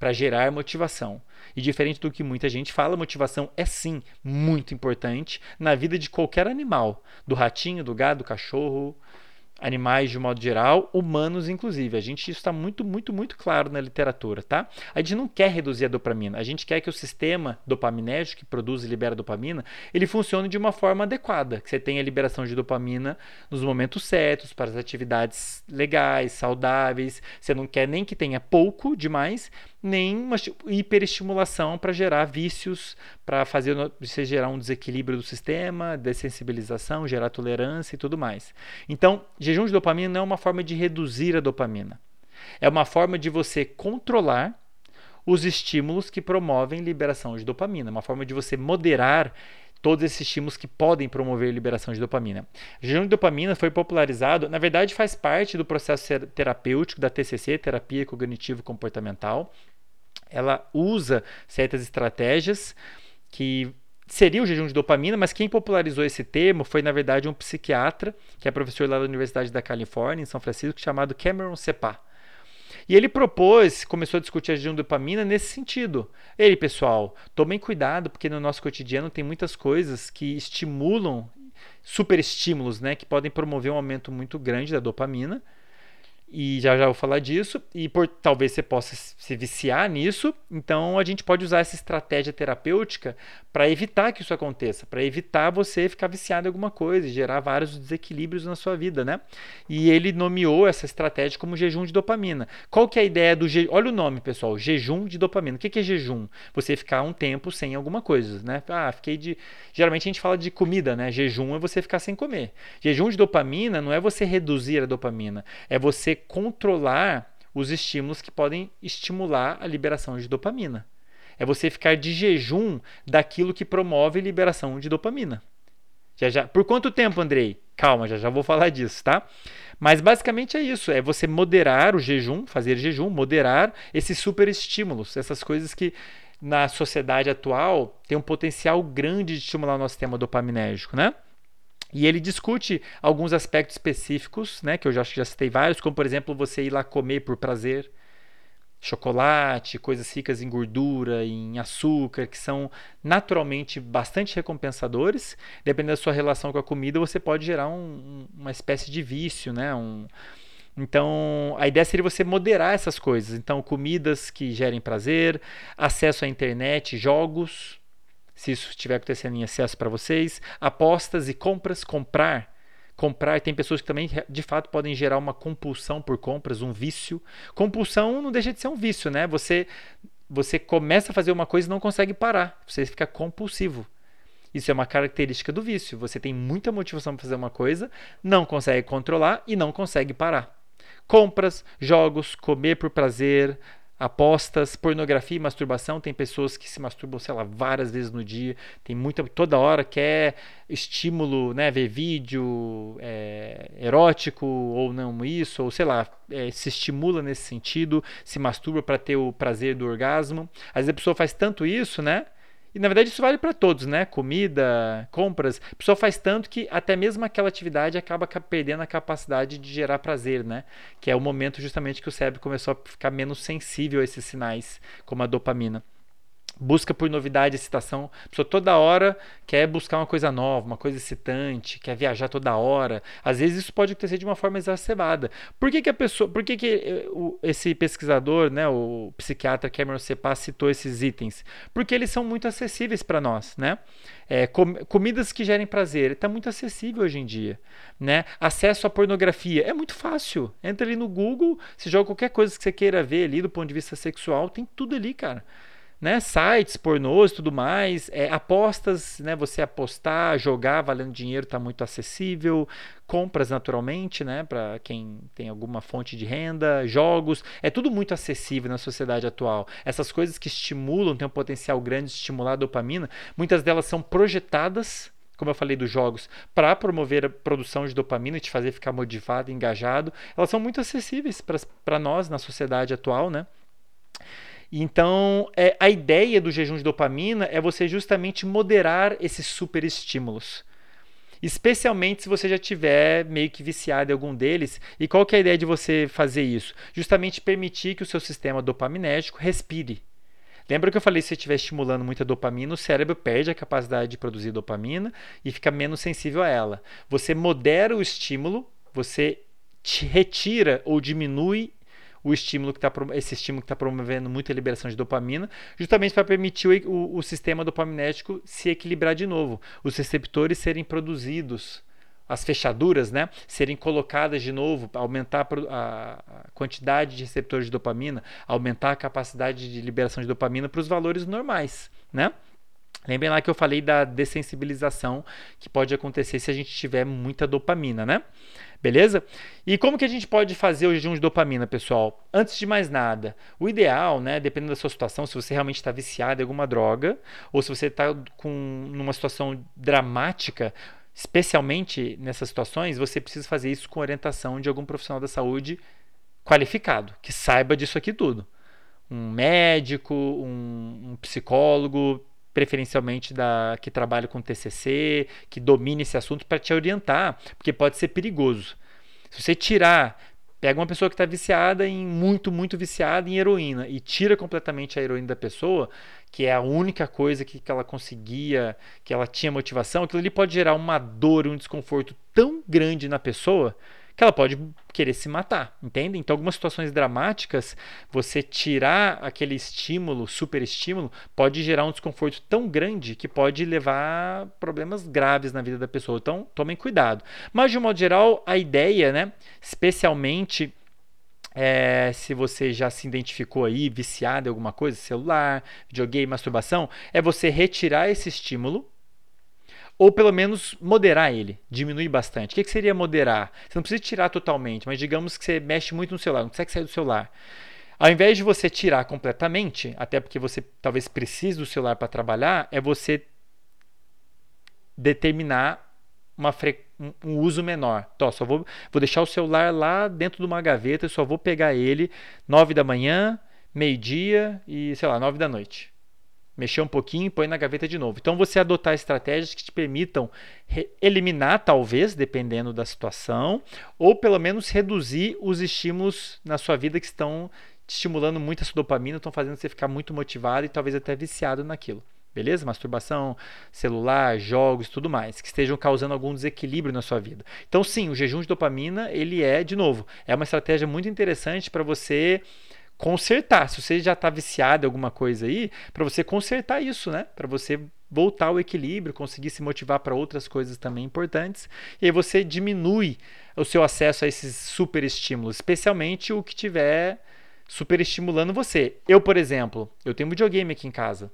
para gerar motivação. E diferente do que muita gente fala, motivação é sim muito importante na vida de qualquer animal, do ratinho, do gado, do cachorro, animais de um modo geral, humanos inclusive. A gente, isso está muito, muito, muito claro na literatura, tá? A gente não quer reduzir a dopamina, a gente quer que o sistema dopaminérgico, que produz e libera dopamina, ele funcione de uma forma adequada, que você tenha a liberação de dopamina nos momentos certos, para as atividades legais, saudáveis. Você não quer nem que tenha pouco demais, nem uma hiperestimulação para gerar vícios, para fazer você gerar um desequilíbrio do sistema, dessensibilização, gerar tolerância e tudo mais. Então, jejum de dopamina não é uma forma de reduzir a dopamina. É uma forma de você controlar os estímulos que promovem liberação de dopamina. Uma forma de você moderar todos esses estímulos que podem promover liberação de dopamina. O jejum de dopamina foi popularizado, na verdade faz parte do processo terapêutico da T C C, Terapia Cognitivo-Comportamental. Ela usa certas estratégias que seria o jejum de dopamina, mas quem popularizou esse termo foi, na verdade, um psiquiatra, que é professor lá da Universidade da Califórnia, em São Francisco, chamado Cameron Sepah. E ele propôs, começou a discutir a jejum de dopamina nesse sentido. Ele, pessoal, tomem cuidado, porque no nosso cotidiano tem muitas coisas que estimulam, superestímulos, né, que podem promover um aumento muito grande da dopamina. E já já vou falar disso, e por, talvez você possa se viciar nisso. Então a gente pode usar essa estratégia terapêutica para evitar que isso aconteça, para evitar você ficar viciado em alguma coisa e gerar vários desequilíbrios na sua vida, né? E ele nomeou essa estratégia como jejum de dopamina. Qual que é a ideia do jejum? Olha o nome, pessoal, jejum de dopamina. O que é jejum? Você ficar um tempo sem alguma coisa, né? Ah, fiquei de... Geralmente a gente fala de comida, né? Jejum é você ficar sem comer. Jejum de dopamina não é você reduzir a dopamina, é você controlar os estímulos que podem estimular a liberação de dopamina. É você ficar de jejum daquilo que promove liberação de dopamina. Já, já. Por quanto tempo, Andrei? Calma, já já vou falar disso, tá? Mas basicamente é isso, é você moderar o jejum, fazer jejum, moderar esses superestímulos, essas coisas que na sociedade atual tem um potencial grande de estimular o nosso sistema dopaminérgico, né? E ele discute alguns aspectos específicos, né, que eu já, já citei vários, como por exemplo você ir lá comer por prazer, chocolate, coisas ricas em gordura, em açúcar, que são naturalmente bastante recompensadores. Dependendo da sua relação com a comida, você pode gerar um, uma espécie de vício, né? Um... Então, a ideia seria você moderar essas coisas. Então, comidas que gerem prazer, acesso à internet, jogos, se isso estiver acontecendo em excesso para vocês, apostas e compras, comprar. Comprar, tem pessoas que também de fato podem gerar uma compulsão por compras, um vício. Compulsão não deixa de ser um vício, né? Você, você começa a fazer uma coisa e não consegue parar, você fica compulsivo. Isso é uma característica do vício. Você tem muita motivação para fazer uma coisa, não consegue controlar e não consegue parar. Compras, jogos, comer por prazer, apostas, pornografia e masturbação. Tem pessoas que se masturbam, sei lá, várias vezes no dia. Tem muita, toda hora quer estímulo, né? Ver vídeo é, erótico ou não isso, ou sei lá, é, se estimula nesse sentido, se masturba para ter o prazer do orgasmo. Às vezes a pessoa faz tanto isso, né? E na verdade isso vale para todos, né? Comida, compras. A pessoa faz tanto que até mesmo aquela atividade acaba perdendo a capacidade de gerar prazer, né? Que é o momento justamente que o cérebro começou a ficar menos sensível a esses sinais, como a dopamina. Busca por novidade, excitação. A pessoa toda hora quer buscar uma coisa nova, uma coisa excitante, quer viajar toda hora. Às vezes isso pode acontecer de uma forma exacerbada. Por que, que a pessoa, por que, que esse pesquisador, né, o psiquiatra Cameron Sepah citou esses itens? Porque eles são muito acessíveis para nós, né? É, com, comidas que gerem prazer, está muito acessível hoje em dia, né? Acesso à pornografia é muito fácil. Entra ali no Google, você joga qualquer coisa que você queira ver ali do ponto de vista sexual, tem tudo ali, cara. Né, sites, pornôs e tudo mais, é, apostas, né, você apostar, jogar valendo dinheiro está muito acessível, compras naturalmente, né, para quem tem alguma fonte de renda, jogos, é tudo muito acessível na sociedade atual. Essas coisas que estimulam, têm um potencial grande de estimular a dopamina, muitas delas são projetadas, como eu falei dos jogos, para promover a produção de dopamina e te fazer ficar motivado, engajado. Elas são muito acessíveis para nós na sociedade atual, né? Então, é, a ideia do jejum de dopamina é você justamente moderar esses superestímulos. Especialmente se você já tiver meio que viciado em algum deles. E qual que é a ideia de você fazer isso? Justamente permitir que o seu sistema dopaminérgico respire. Lembra que eu falei que se você estiver estimulando muita dopamina, o cérebro perde a capacidade de produzir dopamina e fica menos sensível a ela. Você modera o estímulo, você retira ou diminui o estímulo que tá, esse estímulo que está promovendo muita liberação de dopamina, justamente para permitir o, o, o sistema dopaminérgico se equilibrar de novo, os receptores serem produzidos, as fechaduras, né, serem colocadas de novo, aumentar a, a quantidade de receptores de dopamina, aumentar a capacidade de liberação de dopamina para os valores normais, né? Lembrem lá que eu falei da dessensibilização que pode acontecer se a gente tiver muita dopamina, né? Beleza? E como que a gente pode fazer o jejum de dopamina, pessoal? Antes de mais nada, o ideal, né, dependendo da sua situação, se você realmente está viciado em alguma droga, ou se você está com numa situação dramática, especialmente nessas situações, você precisa fazer isso com orientação de algum profissional da saúde qualificado, que saiba disso aqui tudo. Um médico, um, um psicólogo, preferencialmente da, que trabalha com T C C, que domine esse assunto para te orientar, porque pode ser perigoso. Se você tirar, pega uma pessoa que está viciada em muito, muito viciada em heroína e tira completamente a heroína da pessoa, que é a única coisa que, que ela conseguia, que ela tinha motivação, aquilo ali pode gerar uma dor, um desconforto tão grande na pessoa que ela pode querer se matar, entende? Então, algumas situações dramáticas, você tirar aquele estímulo, super estímulo, pode gerar um desconforto tão grande que pode levar a problemas graves na vida da pessoa. Então, tomem cuidado. Mas, de um modo geral, a ideia, né, especialmente é, se você já se identificou aí, viciado em alguma coisa, celular, videogame, masturbação, é você retirar esse estímulo, ou pelo menos moderar ele, diminuir bastante. O que, que seria moderar? Você não precisa tirar totalmente, mas digamos que você mexe muito no celular, não consegue sair do celular. Ao invés de você tirar completamente, até porque você talvez precise do celular para trabalhar, é você determinar uma fre... um uso menor. Então, só vou, vou deixar o celular lá dentro de uma gaveta e só vou pegar ele nove da manhã, meio-dia e, sei lá, nove da noite. Mexer um pouquinho e põe na gaveta de novo. Então, você adotar estratégias que te permitam eliminar, talvez, dependendo da situação, ou pelo menos reduzir os estímulos na sua vida que estão te estimulando muito essa dopamina, estão fazendo você ficar muito motivado e talvez até viciado naquilo. Beleza? Masturbação, celular, jogos, tudo mais, que estejam causando algum desequilíbrio na sua vida. Então, sim, o jejum de dopamina, ele é, de novo, é uma estratégia muito interessante para você consertar. Se você já está viciado em alguma coisa aí, para você consertar isso, né? Para você voltar ao equilíbrio, conseguir se motivar para outras coisas também importantes. E aí você diminui o seu acesso a esses super estímulos, especialmente o que tiver super estimulando você. Eu, por exemplo, eu tenho um videogame aqui em casa.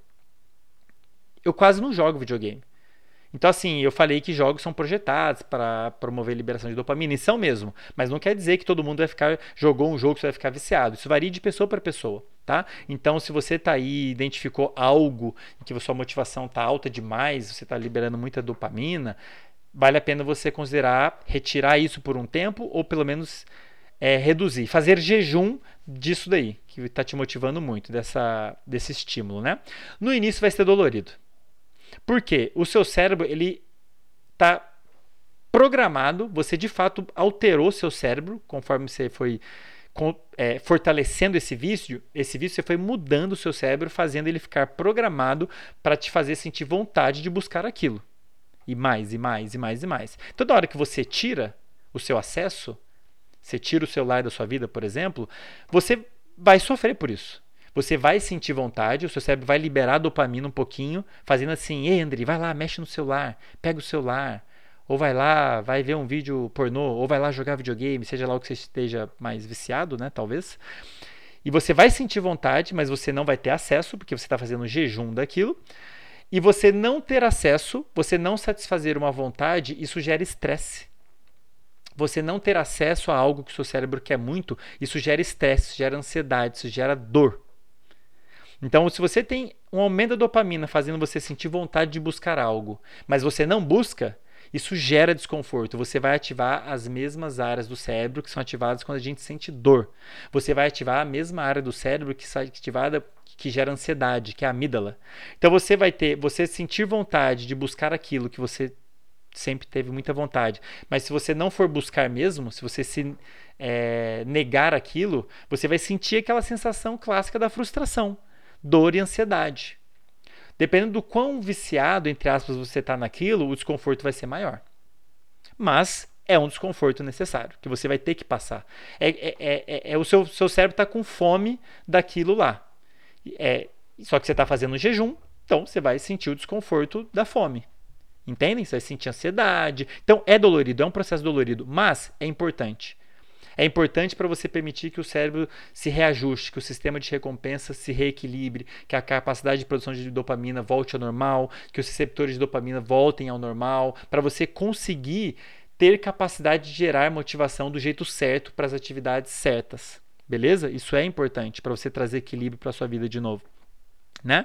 Eu quase não jogo videogame. Então, assim, eu falei que jogos são projetados para promover a liberação de dopamina, e são mesmo, mas não quer dizer que todo mundo vai ficar, jogou um jogo que você vai ficar viciado. Isso varia de pessoa para pessoa, tá? Então, se você está aí, identificou algo em que a sua motivação está alta demais, você está liberando muita dopamina, vale a pena você considerar retirar isso por um tempo, ou pelo menos é, reduzir, fazer jejum disso daí, que está te motivando muito, dessa, desse estímulo, né? No início vai ser dolorido. Por quê? O seu cérebro, ele está programado, você de fato alterou seu cérebro, conforme você foi é, fortalecendo esse vício, esse vício você foi mudando o seu cérebro, fazendo ele ficar programado para te fazer sentir vontade de buscar aquilo. E mais, e mais, e mais, e mais. Toda hora que você tira o seu acesso, você tira o celular da sua vida, por exemplo, você vai sofrer por isso. Você vai sentir vontade, o seu cérebro vai liberar dopamina um pouquinho, fazendo assim, ei, André, vai lá, mexe no celular, pega o celular, ou vai lá, vai ver um vídeo pornô, ou vai lá jogar videogame, seja lá o que você esteja mais viciado, né, talvez. E você vai sentir vontade, mas você não vai ter acesso, porque você está fazendo um jejum daquilo. E você não ter acesso, você não satisfazer uma vontade, isso gera estresse. Você não ter acesso a algo que o seu cérebro quer muito, isso gera estresse, gera ansiedade, isso gera dor. Então, se você tem um aumento da dopamina fazendo você sentir vontade de buscar algo, mas você não busca, isso gera desconforto. Você vai ativar as mesmas áreas do cérebro que são ativadas quando a gente sente dor. Você vai ativar a mesma área do cérebro que é ativada, que gera ansiedade, que é a amígdala. Então, você vai ter, você sentir vontade de buscar aquilo que você sempre teve muita vontade. Mas se você não for buscar mesmo, se você se é, negar aquilo, você vai sentir aquela sensação clássica da frustração, dor e ansiedade. Dependendo do quão viciado, entre aspas, você está naquilo, o desconforto vai ser maior. Mas é um desconforto necessário, que você vai ter que passar. É, é, é, é, é o seu, seu cérebro está com fome daquilo lá. É, só que você está fazendo jejum, então você vai sentir o desconforto da fome. Entendem? Você vai sentir ansiedade. Então é dolorido, é um processo dolorido, mas é importante. É importante para você permitir que o cérebro se reajuste, que o sistema de recompensa se reequilibre, que a capacidade de produção de dopamina volte ao normal, que os receptores de dopamina voltem ao normal, para você conseguir ter capacidade de gerar motivação do jeito certo para as atividades certas. Beleza? Isso é importante para você trazer equilíbrio para a sua vida de novo. Né?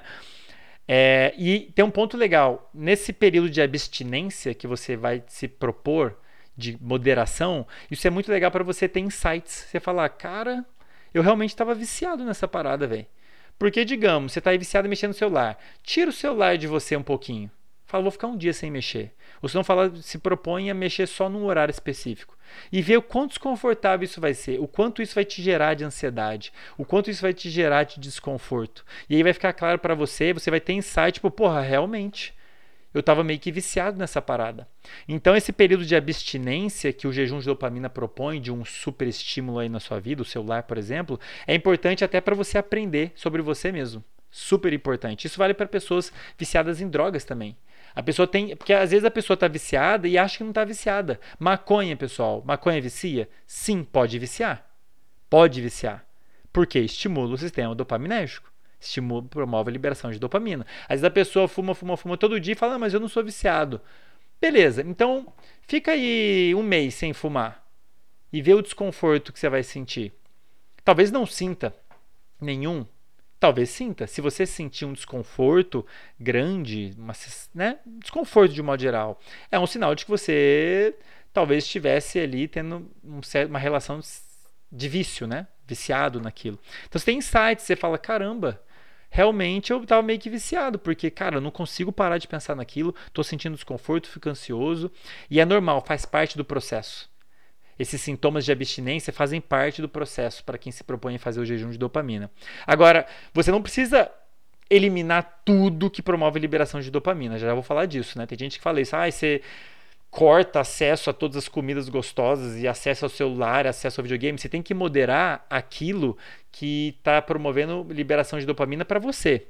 É, e tem um ponto legal. Nesse período de abstinência que você vai se propor, de moderação, isso é muito legal para você ter insights. Você falar, cara, eu realmente estava viciado nessa parada, velho. Porque, digamos, você está aí viciado mexendo no celular. Tira o celular de você um pouquinho. Fala, vou ficar um dia sem mexer. Ou se não fala, se propõe a mexer só num horário específico. E ver o quanto desconfortável isso vai ser, o quanto isso vai te gerar de ansiedade, o quanto isso vai te gerar de desconforto. E aí vai ficar claro para você, você vai ter insight, tipo, porra, realmente, eu estava meio que viciado nessa parada. Então, esse período de abstinência que o jejum de dopamina propõe, de um super estímulo aí na sua vida, o celular, por exemplo, é importante até para você aprender sobre você mesmo. Super importante. Isso vale para pessoas viciadas em drogas também. A pessoa tem. Porque às vezes a pessoa está viciada e acha que não está viciada. Maconha, pessoal. Maconha vicia? Sim, pode viciar. Pode viciar. Porque estimula o sistema dopaminérgico. Estimula, promove a liberação de dopamina. Às vezes a pessoa fuma, fuma, fuma todo dia e fala, ah, mas eu não sou viciado. Beleza, então fica aí um mês sem fumar e vê o desconforto que você vai sentir. Talvez não sinta nenhum, talvez sinta. Se você sentir um desconforto grande, uma, né, desconforto de modo geral, é um sinal de que você talvez estivesse ali tendo um, uma relação de vício, né? Viciado naquilo. Então você tem insights, você fala, caramba, realmente eu estava meio que viciado, porque, cara, eu não consigo parar de pensar naquilo, estou sentindo desconforto, fico ansioso, e é normal, faz parte do processo. Esses sintomas de abstinência fazem parte do processo para quem se propõe a fazer o jejum de dopamina. Agora, você não precisa eliminar tudo que promove a liberação de dopamina, já vou falar disso, né? Tem gente que fala isso, ah, você corta acesso a todas as comidas gostosas e acesso ao celular, acesso ao videogame, você tem que moderar aquilo que está promovendo liberação de dopamina para você.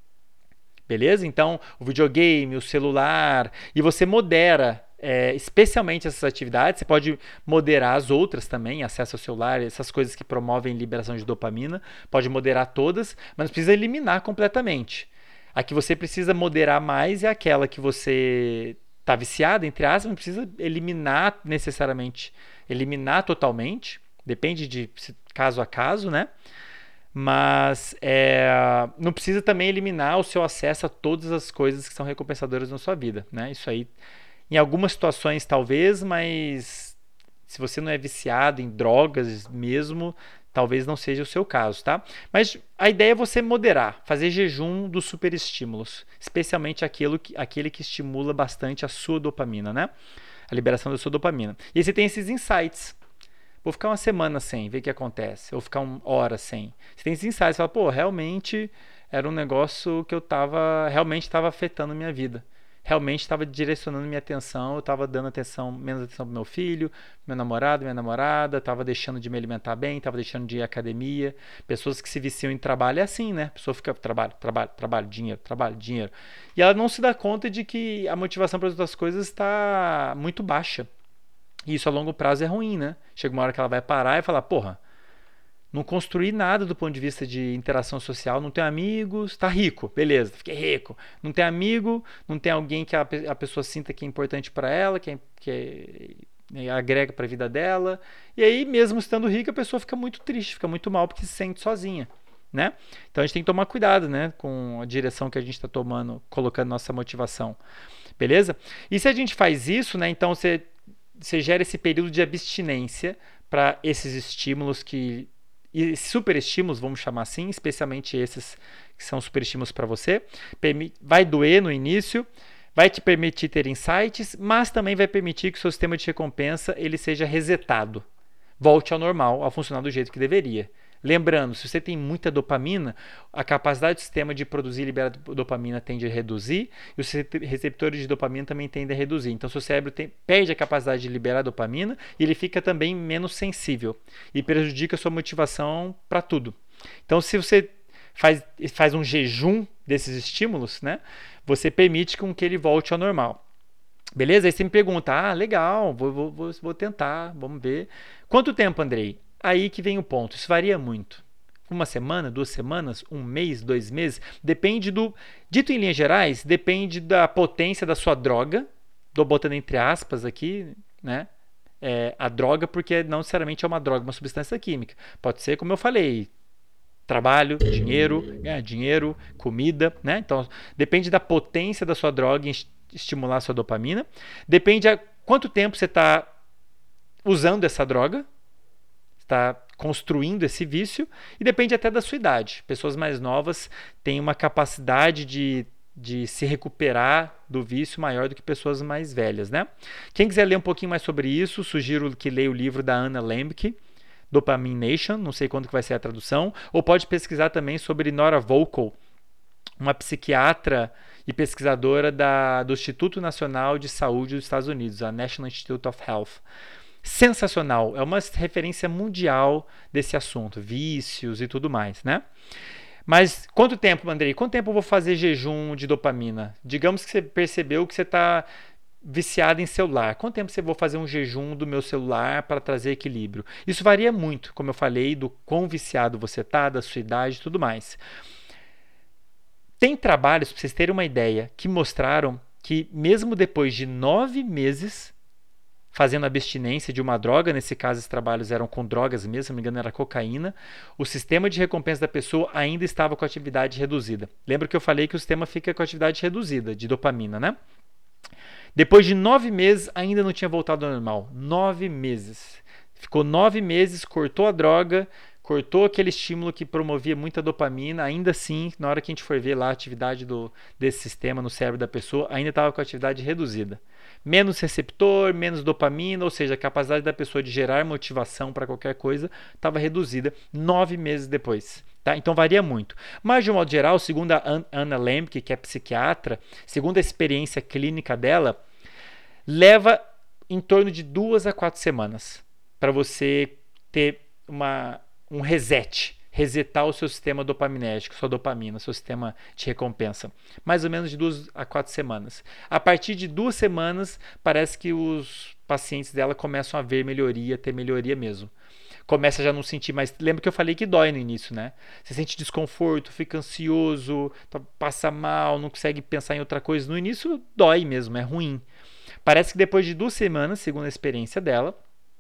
Beleza? Então, o videogame, o celular, e você modera é, especialmente essas atividades, você pode moderar as outras também, acesso ao celular, essas coisas que promovem liberação de dopamina, pode moderar todas, mas não precisa eliminar completamente. A que você precisa moderar mais é aquela que você está viciado, entre aspas, não precisa eliminar necessariamente, eliminar totalmente, depende de caso a caso, né? Mas é, não precisa também eliminar o seu acesso a todas as coisas que são recompensadoras na sua vida, né? Isso aí, em algumas situações talvez, mas se você não é viciado em drogas mesmo, talvez não seja o seu caso, tá? Mas a ideia é você moderar, fazer jejum dos superestímulos, especialmente aquilo que, aquele que estimula bastante a sua dopamina, né? A liberação da sua dopamina. E você tem esses insights. Vou ficar uma semana sem, ver o que acontece. Ou ficar uma hora sem. Você tem esses insights, você fala, pô, realmente era um negócio que eu tava, realmente estava afetando a minha vida. Realmente estava direcionando minha atenção, eu estava dando atenção, menos atenção para meu filho, meu namorado, minha namorada, estava deixando de me alimentar bem, estava deixando de ir à academia. Pessoas que se viciam em trabalho é assim, né? A pessoa fica trabalho, trabalho, trabalho, dinheiro, trabalho, dinheiro. E ela não se dá conta de que a motivação para as outras coisas está muito baixa. E isso a longo prazo é ruim, né? Chega uma hora que ela vai parar e falar, porra, não construí nada do ponto de vista de interação social, não tenho amigos, tá rico, beleza, fiquei rico. Não tem amigo, não tem alguém que a, a pessoa sinta que é importante para ela, que, é, que é, agrega para a vida dela. E aí, mesmo estando rica, a pessoa fica muito triste, fica muito mal porque se sente sozinha, né? Então a gente tem que tomar cuidado, né, com a direção que a gente está tomando, colocando nossa motivação, beleza? E se a gente faz isso, né, então você, você gera esse período de abstinência para esses estímulos que e superestímulos, vamos chamar assim, especialmente esses que são superestímulos para você. Vai doer no início, vai te permitir ter insights, mas também vai permitir que o seu sistema de recompensa ele seja resetado, volte ao normal, a funcionar do jeito que deveria. Lembrando, se você tem muita dopamina, a capacidade do sistema de produzir e liberar dopamina tende a reduzir e os receptores de dopamina também tendem a reduzir. Então, seu cérebro tem, perde a capacidade de liberar dopamina e ele fica também menos sensível e prejudica a sua motivação para tudo. Então, se você faz, faz um jejum desses estímulos, né, você permite com que ele volte ao normal. Beleza? Aí você me pergunta, ah, legal, vou, vou, vou tentar, vamos ver. Quanto tempo, Andrei? Aí que vem o ponto, isso varia muito. Uma semana, duas semanas, um mês, dois meses, depende do... Dito em linhas gerais, depende da potência da sua droga, estou botando entre aspas aqui, né? É, a droga, porque não necessariamente é uma droga, uma substância química. Pode ser, como eu falei, trabalho, dinheiro, ganhar dinheiro, comida, né? Então, depende da potência da sua droga em estimular a sua dopamina. Depende a quanto tempo você está usando essa droga, está construindo esse vício, e depende até da sua idade. Pessoas mais novas têm uma capacidade de, de se recuperar do vício maior do que pessoas mais velhas, né? Quem quiser ler um pouquinho mais sobre isso, sugiro que leia o livro da Anna Lembke, Dopamination, não sei quando que vai ser a tradução, ou pode pesquisar também sobre Nora Volkow, uma psiquiatra e pesquisadora da, do Instituto Nacional de Saúde dos Estados Unidos, a National Institute of Health. Sensacional, é uma referência mundial desse assunto, vícios e tudo mais, né? Mas quanto tempo, Andrei? Quanto tempo eu vou fazer jejum de dopamina? Digamos que você percebeu que você está viciado em celular. Quanto tempo você vou fazer um jejum do meu celular para trazer equilíbrio? Isso varia muito, como eu falei, do quão viciado você está, da sua idade e tudo mais. Tem trabalhos, para vocês terem uma ideia, que mostraram que mesmo depois de nove meses fazendo abstinência de uma droga, nesse caso esses trabalhos eram com drogas mesmo, se não me engano era cocaína, o sistema de recompensa da pessoa ainda estava com atividade reduzida. Lembra que eu falei que o sistema fica com atividade reduzida de dopamina, né? Depois de nove meses ainda não tinha voltado ao normal. Nove meses. Ficou nove meses, cortou a droga, cortou aquele estímulo que promovia muita dopamina, ainda assim, na hora que a gente for ver lá a atividade do, desse sistema no cérebro da pessoa, ainda estava com a atividade reduzida. Menos receptor, menos dopamina, ou seja, a capacidade da pessoa de gerar motivação para qualquer coisa estava reduzida nove meses depois. Tá? Então varia muito. Mas, de um modo geral, segundo a Anna Lembke, que é psiquiatra, segundo a experiência clínica dela, leva em torno de duas a quatro semanas para você ter uma, um reset, resetar o seu sistema dopaminérgico, sua dopamina, seu sistema de recompensa. Mais ou menos de duas a quatro semanas. A partir de duas semanas, parece que os pacientes dela começam a ver melhoria, ter melhoria mesmo. Começa a já não sentir mais... Lembra que eu falei que dói no início, né? Você sente desconforto, fica ansioso, passa mal, não consegue pensar em outra coisa. No início dói mesmo, é ruim. Parece que depois de duas semanas, segundo a experiência dela,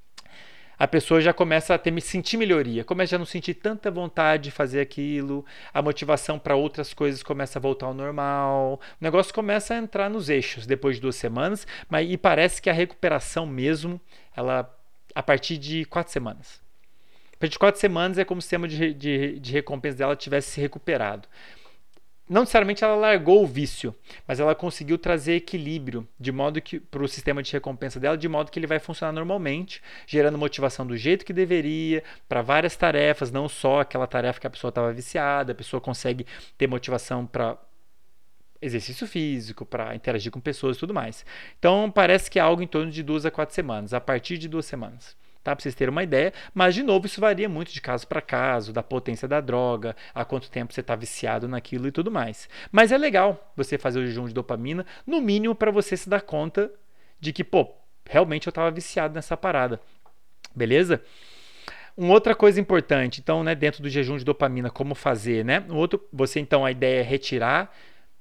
a pessoa já começa a ter, me sentir melhoria, começa a não sentir tanta vontade de fazer aquilo, a motivação para outras coisas começa a voltar ao normal, o negócio começa a entrar nos eixos depois de duas semanas, mas, e parece que a recuperação mesmo, ela a partir de quatro semanas. A partir de quatro semanas é como se o sistema de, de, de recompensa dela tivesse se recuperado. Não necessariamente ela largou o vício, mas ela conseguiu trazer equilíbrio de modo que para o sistema de recompensa dela, de modo que ele vai funcionar normalmente, gerando motivação do jeito que deveria, para várias tarefas, não só aquela tarefa que a pessoa estava viciada, a pessoa consegue ter motivação para exercício físico, para interagir com pessoas e tudo mais. Então parece que é algo em torno de duas a quatro semanas, a partir de duas semanas. Tá? Para vocês terem uma ideia, mas de novo isso varia muito de caso para caso, da potência da droga, há quanto tempo você está viciado naquilo e tudo mais. Mas é legal você fazer o jejum de dopamina, no mínimo para você se dar conta de que, pô, realmente eu estava viciado nessa parada. Beleza? Uma outra coisa importante, então, né, dentro do jejum de dopamina, como fazer, né? Um outro, você então a ideia é retirar,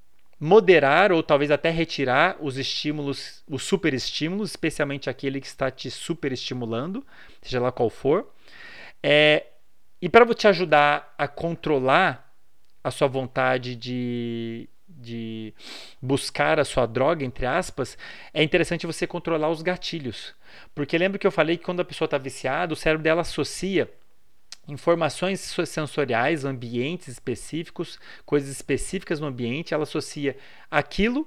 moderar ou talvez até retirar os estímulos, os superestímulos, especialmente aquele que está te superestimulando, seja lá qual for. É, e para te ajudar a controlar a sua vontade de, de buscar a sua droga, entre aspas, é interessante você controlar os gatilhos. Porque lembra que eu falei que quando a pessoa está viciada, o cérebro dela associa informações sensoriais, ambientes específicos, coisas específicas no ambiente, ela associa aquilo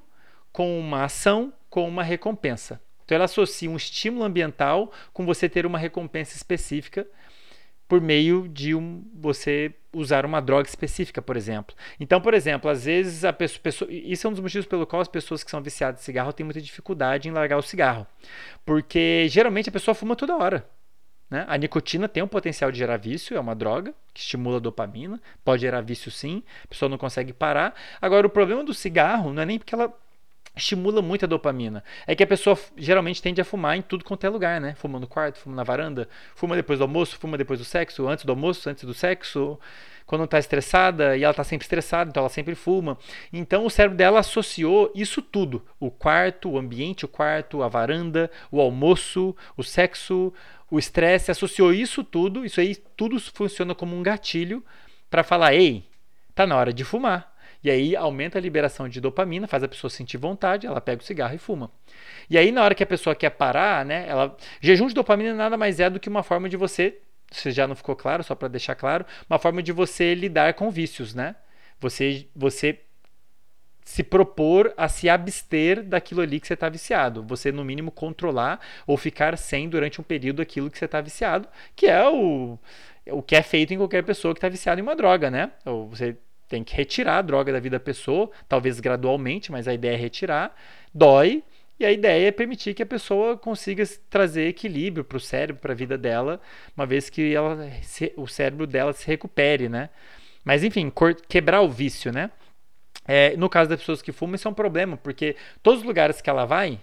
com uma ação, com uma recompensa. Então ela associa um estímulo ambiental com você ter uma recompensa específica por meio de um, você usar uma droga específica, por exemplo. Então, por exemplo, às vezes a pessoa, pessoa, isso é um dos motivos pelo qual as pessoas que são viciadas em cigarro têm muita dificuldade em largar o cigarro, porque geralmente a pessoa fuma toda hora. Né? A nicotina tem um potencial de gerar vício, é uma droga que estimula a dopamina, pode gerar vício sim, a pessoa não consegue parar. Agora, o problema do cigarro não é nem porque ela estimula muito a dopamina. É que a pessoa geralmente tende a fumar em tudo quanto é lugar, né? Fuma no quarto, fuma na varanda, fuma depois do almoço, fuma depois do sexo, antes do almoço, antes do sexo, quando está estressada, e ela está sempre estressada, então ela sempre fuma. Então o cérebro dela associou isso tudo: o quarto, o ambiente, o quarto, a varanda, o almoço, o sexo, o estresse, associou isso tudo, isso aí tudo funciona como um gatilho para falar: ei, tá na hora de fumar. E aí aumenta a liberação de dopamina, faz a pessoa sentir vontade, ela pega o cigarro e fuma. E aí na hora que a pessoa quer parar, né, ela... jejum de dopamina nada mais é do que uma forma de você, se já não ficou claro, só para deixar claro, uma forma de você lidar com vícios, né? Você, você se propor a se abster daquilo ali que você está viciado. Você, no mínimo, controlar ou ficar sem durante um período aquilo que você está viciado, que é o, o que é feito em qualquer pessoa que está viciada em uma droga, né? Ou você tem que retirar a droga da vida da pessoa, talvez gradualmente, mas a ideia é retirar, dói, e a ideia é permitir que a pessoa consiga trazer equilíbrio para o cérebro, para a vida dela, uma vez que ela, o cérebro dela se recupere, né? Mas enfim, quebrar o vício, né? É, no caso das pessoas que fumam, isso é um problema, porque todos os lugares que ela vai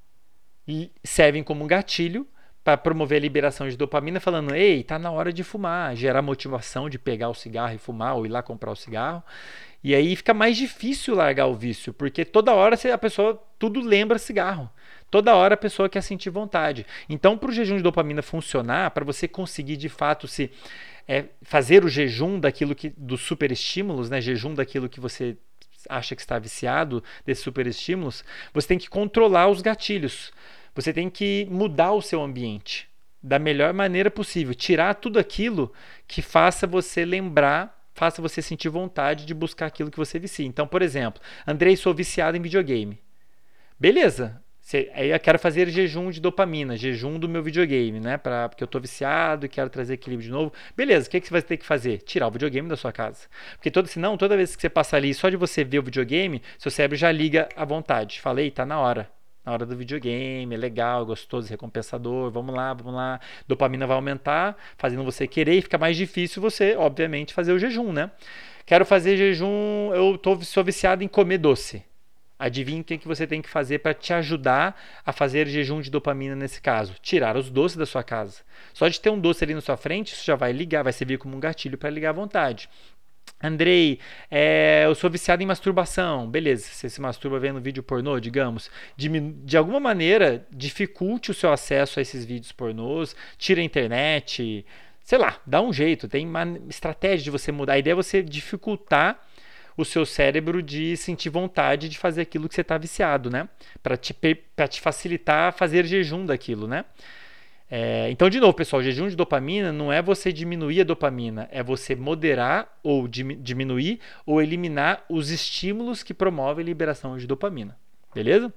servem como um gatilho para promover a liberação de dopamina, falando: ei, tá na hora de fumar, gerar motivação de pegar o cigarro e fumar, ou ir lá comprar o cigarro. E aí fica mais difícil largar o vício, porque toda hora a pessoa, tudo lembra cigarro. Toda hora a pessoa quer sentir vontade. Então, para o jejum de dopamina funcionar, para você conseguir de fato se é, fazer o jejum daquilo que, dos superestímulos, né, jejum daquilo que você acha que está viciado, desses superestímulos, você tem que controlar os gatilhos. Você tem que mudar o seu ambiente da melhor maneira possível. Tirar tudo aquilo que faça você lembrar, faça você sentir vontade de buscar aquilo que você vicia. Então, por exemplo, Andrei, sou viciado em videogame. Beleza. Aí eu quero fazer jejum de dopamina, jejum do meu videogame, né? Pra, porque eu tô viciado e quero trazer equilíbrio de novo. Beleza, o que, que você vai ter que fazer? Tirar o videogame da sua casa. Porque todo, senão, toda vez que você passa ali, só de você ver o videogame, seu cérebro já liga à vontade. Falei, tá na hora. Na hora do videogame, é legal, gostoso, recompensador, vamos lá, vamos lá. Dopamina vai aumentar, fazendo você querer, e fica mais difícil você, obviamente, fazer o jejum, né? Quero fazer jejum, eu tô, sou viciado em comer doce. Adivinha o que, que você tem que fazer para te ajudar a fazer jejum de dopamina nesse caso? Tirar os doces da sua casa. Só de ter um doce ali na sua frente, isso já vai ligar, vai servir como um gatilho para ligar à vontade. Andrei, é, eu sou viciado em masturbação. Beleza, você se masturba vendo vídeo pornô, digamos. De, de alguma maneira, dificulte o seu acesso a esses vídeos pornôs, tira a internet, sei lá, dá um jeito. Tem uma estratégia de você mudar. A ideia é você dificultar o seu cérebro de sentir vontade de fazer aquilo que você está viciado, né? Para te, para te facilitar fazer jejum daquilo, né? É, então, de novo, pessoal, jejum de dopamina não é você diminuir a dopamina, é você moderar ou diminuir ou eliminar os estímulos que promovem a liberação de dopamina. Beleza?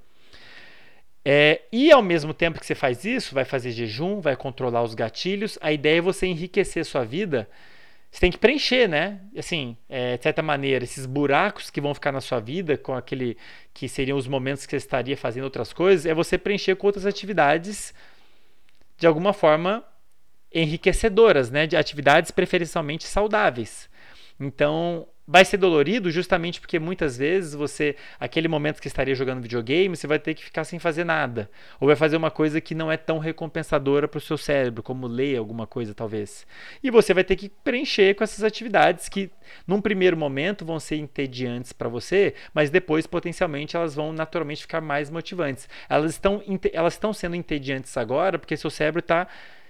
É, e ao mesmo tempo que você faz isso, vai fazer jejum, vai controlar os gatilhos, a ideia é você enriquecer sua vida. Você tem que preencher, né? Assim, é, de certa maneira, esses buracos que vão ficar na sua vida, com aquele que seriam os momentos que você estaria fazendo outras coisas, é você preencher com outras atividades de alguma forma enriquecedoras, né? De atividades preferencialmente saudáveis. Então, vai ser dolorido justamente porque muitas vezes você, aquele momento que estaria jogando videogame, você vai ter que ficar sem fazer nada. Ou vai fazer uma coisa que não é tão recompensadora para o seu cérebro, como ler alguma coisa talvez. E você vai ter que preencher com essas atividades que, num primeiro momento, vão ser entediantes para você, mas depois, potencialmente, elas vão naturalmente ficar mais motivantes. Elas estão, elas estão sendo entediantes agora porque seu cérebro está...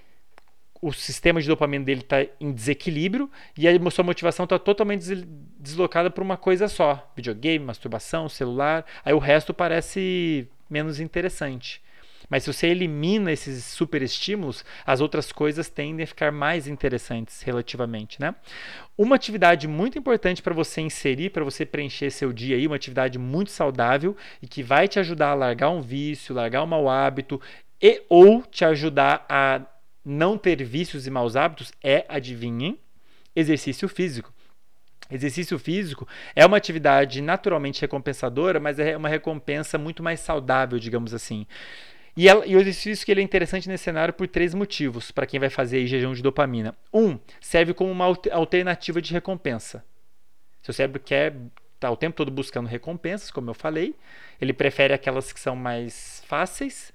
o sistema de dopamina dele está em desequilíbrio e a sua motivação está totalmente deslocada para uma coisa só. Videogame, masturbação, celular. Aí o resto parece menos interessante. Mas se você elimina esses super estímulos, as outras coisas tendem a ficar mais interessantes relativamente, né? Uma atividade muito importante para você inserir, para você preencher seu dia aí, uma atividade muito saudável e que vai te ajudar a largar um vício, largar um mau hábito e ou te ajudar a não ter vícios e maus hábitos é, adivinhem, exercício físico. Exercício físico é uma atividade naturalmente recompensadora, mas é uma recompensa muito mais saudável, digamos assim. E, ela, e o exercício que ele é interessante nesse cenário por três motivos, para quem vai fazer aí jejum de dopamina. Um, serve como uma alternativa de recompensa. Seu cérebro quer estar tá o tempo todo buscando recompensas, como eu falei. Ele prefere aquelas que são mais fáceis.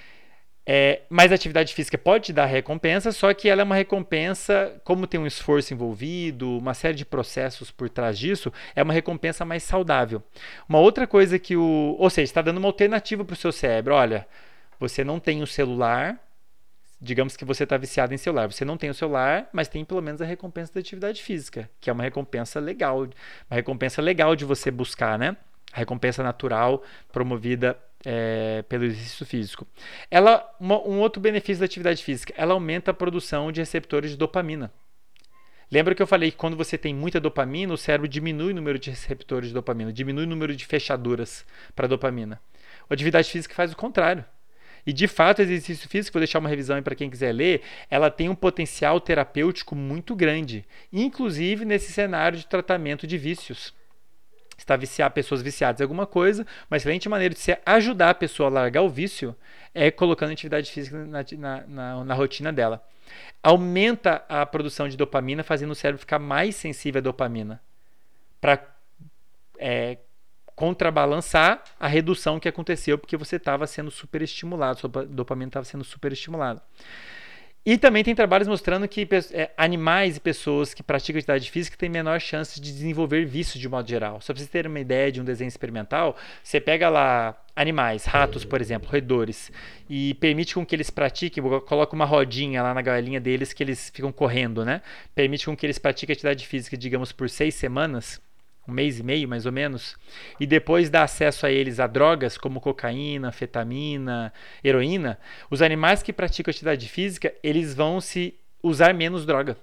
É, mas a atividade física pode te dar recompensa, só que ela é uma recompensa, como tem um esforço envolvido, uma série de processos por trás disso, é uma recompensa mais saudável. Uma outra coisa que o... Ou seja, está dando uma alternativa para o seu cérebro. Olha, você não tem o celular, digamos que você está viciado em celular. Você não tem o celular, mas tem pelo menos a recompensa da atividade física, que é uma recompensa legal, uma recompensa legal de você buscar, né? A recompensa natural promovida é, pelo exercício físico. Ela, uma, um outro benefício da atividade física, ela aumenta a produção de receptores de dopamina. Lembra que eu falei que quando você tem muita dopamina, o cérebro diminui o número de receptores de dopamina, diminui o número de fechaduras para dopamina. A atividade física faz o contrário. E de fato, o exercício físico, vou deixar uma revisão aí para quem quiser ler, ela tem um potencial terapêutico muito grande, inclusive nesse cenário de tratamento de vícios. Está viciar pessoas viciadas em alguma coisa, uma excelente maneira de você ajudar a pessoa a largar o vício é colocando atividade física na, na, na, na rotina dela. Aumenta a produção de dopamina, fazendo o cérebro ficar mais sensível à dopamina, para é, contrabalançar a redução que aconteceu porque você estava sendo superestimulado, sua dopamina estava sendo superestimulada. E também tem trabalhos mostrando que é, animais e pessoas que praticam atividade física têm menor chance de desenvolver vícios de modo geral. Só para vocês terem uma ideia de um desenho experimental, você pega lá animais, ratos, por exemplo, roedores, e permite com que eles pratiquem, coloca uma rodinha lá na galinha deles que eles ficam correndo, né? Permite com que eles pratiquem atividade física, digamos, por seis semanas, um mês e meio mais ou menos, e depois dá acesso a eles a drogas como cocaína, anfetamina, heroína, os animais que praticam atividade física, eles vão se usar menos droga.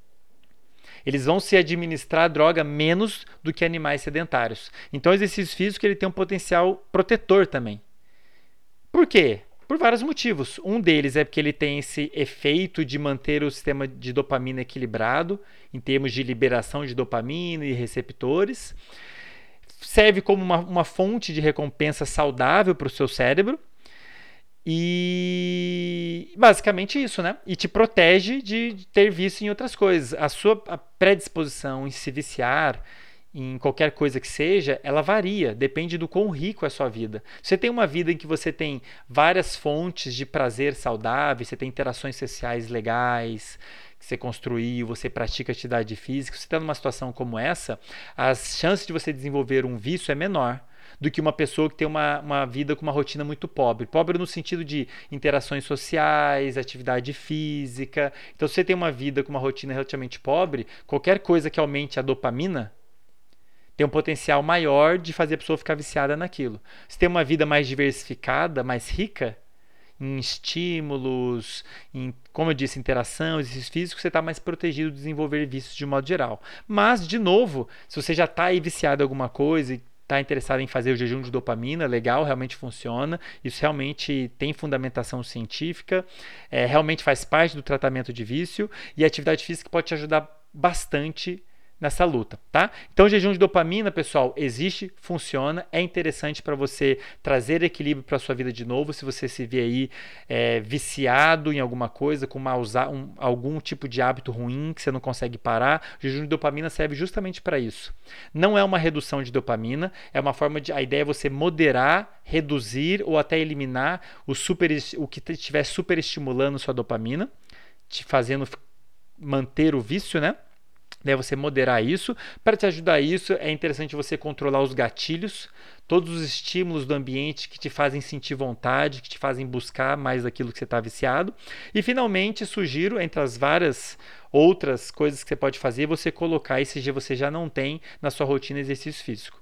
Eles vão se administrar droga menos do que animais sedentários. Então o exercício físico ele tem um potencial protetor também. Por quê? Por vários motivos. Um deles é porque ele tem esse efeito de manter o sistema de dopamina equilibrado, em termos de liberação de dopamina e receptores. Serve como uma, uma fonte de recompensa saudável para o seu cérebro. E basicamente isso, né? E te protege de ter vício em outras coisas. A sua a predisposição em se viciar em qualquer coisa que seja, ela varia, depende do quão rico é a sua vida. Você tem uma vida em que você tem várias fontes de prazer saudáveis, você tem interações sociais legais, que você construiu, você pratica atividade física, você está numa situação como essa, as chances de você desenvolver um vício é menor do que uma pessoa que tem uma, uma vida com uma rotina muito pobre. Pobre no sentido de interações sociais, atividade física. Então, se você tem uma vida com uma rotina relativamente pobre, qualquer coisa que aumente a dopamina tem um potencial maior de fazer a pessoa ficar viciada naquilo. Se tem uma vida mais diversificada, mais rica em estímulos, em, como eu disse, interação, exercício físico, você está mais protegido de desenvolver vícios de modo geral. Mas, de novo, se você já está aí viciado em alguma coisa e está interessado em fazer o jejum de dopamina, legal, realmente funciona, isso realmente tem fundamentação científica, é, realmente faz parte do tratamento de vício e a atividade física pode te ajudar bastante nessa luta, tá? Então, o jejum de dopamina, pessoal, existe, funciona, é interessante para você trazer equilíbrio para a sua vida de novo, se você se vê aí é, viciado em alguma coisa, com uma, um, algum tipo de hábito ruim que você não consegue parar, o jejum de dopamina serve justamente para isso. Não é uma redução de dopamina, é uma forma de, a ideia é você moderar, reduzir ou até eliminar o, super, o que estiver superestimulando sua dopamina, te fazendo manter o vício, né? Daí você moderar isso. Para te ajudar a isso, é interessante você controlar os gatilhos, todos os estímulos do ambiente que te fazem sentir vontade, que te fazem buscar mais daquilo que você está viciado. E finalmente, sugiro, entre as várias outras coisas que você pode fazer, você colocar, esse dia você já não tem na sua rotina exercício físico.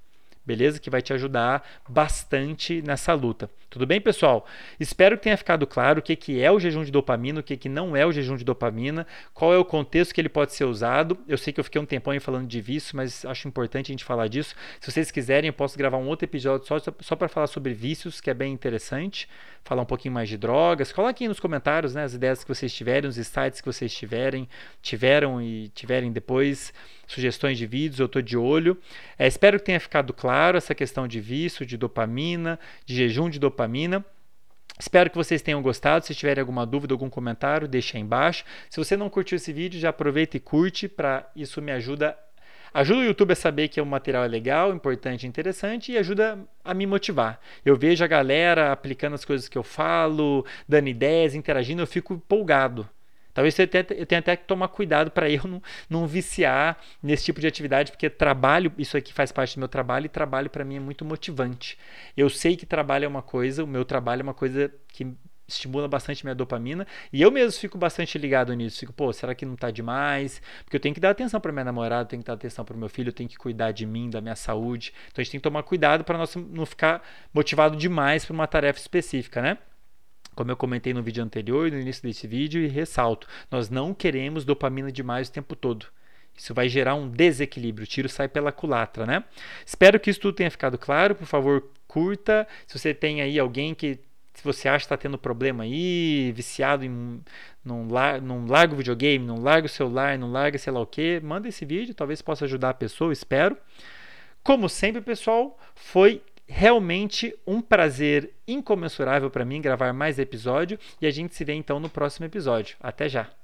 beleza? Que vai te ajudar bastante nessa luta. Tudo bem, pessoal? Espero que tenha ficado claro o que, que é o jejum de dopamina, o que, que não é o jejum de dopamina, qual é o contexto que ele pode ser usado. Eu sei que eu fiquei um tempão aí falando de vício, mas acho importante a gente falar disso. Se vocês quiserem, eu posso gravar um outro episódio só, só para falar sobre vícios, que é bem interessante, falar um pouquinho mais de drogas. Coloquem aí nos comentários, né, as ideias que vocês tiverem, os insights que vocês tiverem, tiveram e tiverem depois, sugestões de vídeos, eu estou de olho. É, espero que tenha ficado claro essa questão de vício, de dopamina, de jejum de dopamina. Espero que vocês tenham gostado. Se tiverem alguma dúvida, algum comentário, deixa aí embaixo. Se você não curtiu esse vídeo, já aproveita e curte, para isso me ajuda Ajuda o YouTube a saber que o material é legal, importante e interessante, e ajuda a me motivar. Eu vejo a galera aplicando as coisas que eu falo, dando ideias, interagindo, eu fico empolgado. Talvez eu tenha, eu tenha até que tomar cuidado para eu não, não viciar nesse tipo de atividade, porque trabalho, isso aqui faz parte do meu trabalho, e trabalho para mim é muito motivante. Eu sei que trabalho é uma coisa, o meu trabalho é uma coisa que estimula bastante minha dopamina, e eu mesmo fico bastante ligado nisso. Fico, pô, será que não tá demais? Porque eu tenho que dar atenção para minha namorada, tenho que dar atenção para o meu filho, eu tenho que cuidar de mim, da minha saúde. Então a gente tem que tomar cuidado para não ficar motivado demais para uma tarefa específica, né? Como eu comentei no vídeo anterior, no início desse vídeo, e ressalto, nós não queremos dopamina demais o tempo todo. Isso vai gerar um desequilíbrio, o tiro sai pela culatra, né? Espero que isso tudo tenha ficado claro. Por favor, curta. Se você tem aí alguém que, se você acha que está tendo problema aí, viciado em não, não larga o videogame, não larga o celular, não larga sei lá o que, manda esse vídeo, talvez possa ajudar a pessoa, espero. Como sempre, pessoal, foi realmente um prazer incomensurável para mim gravar mais episódio, e a gente se vê então no próximo episódio. Até já!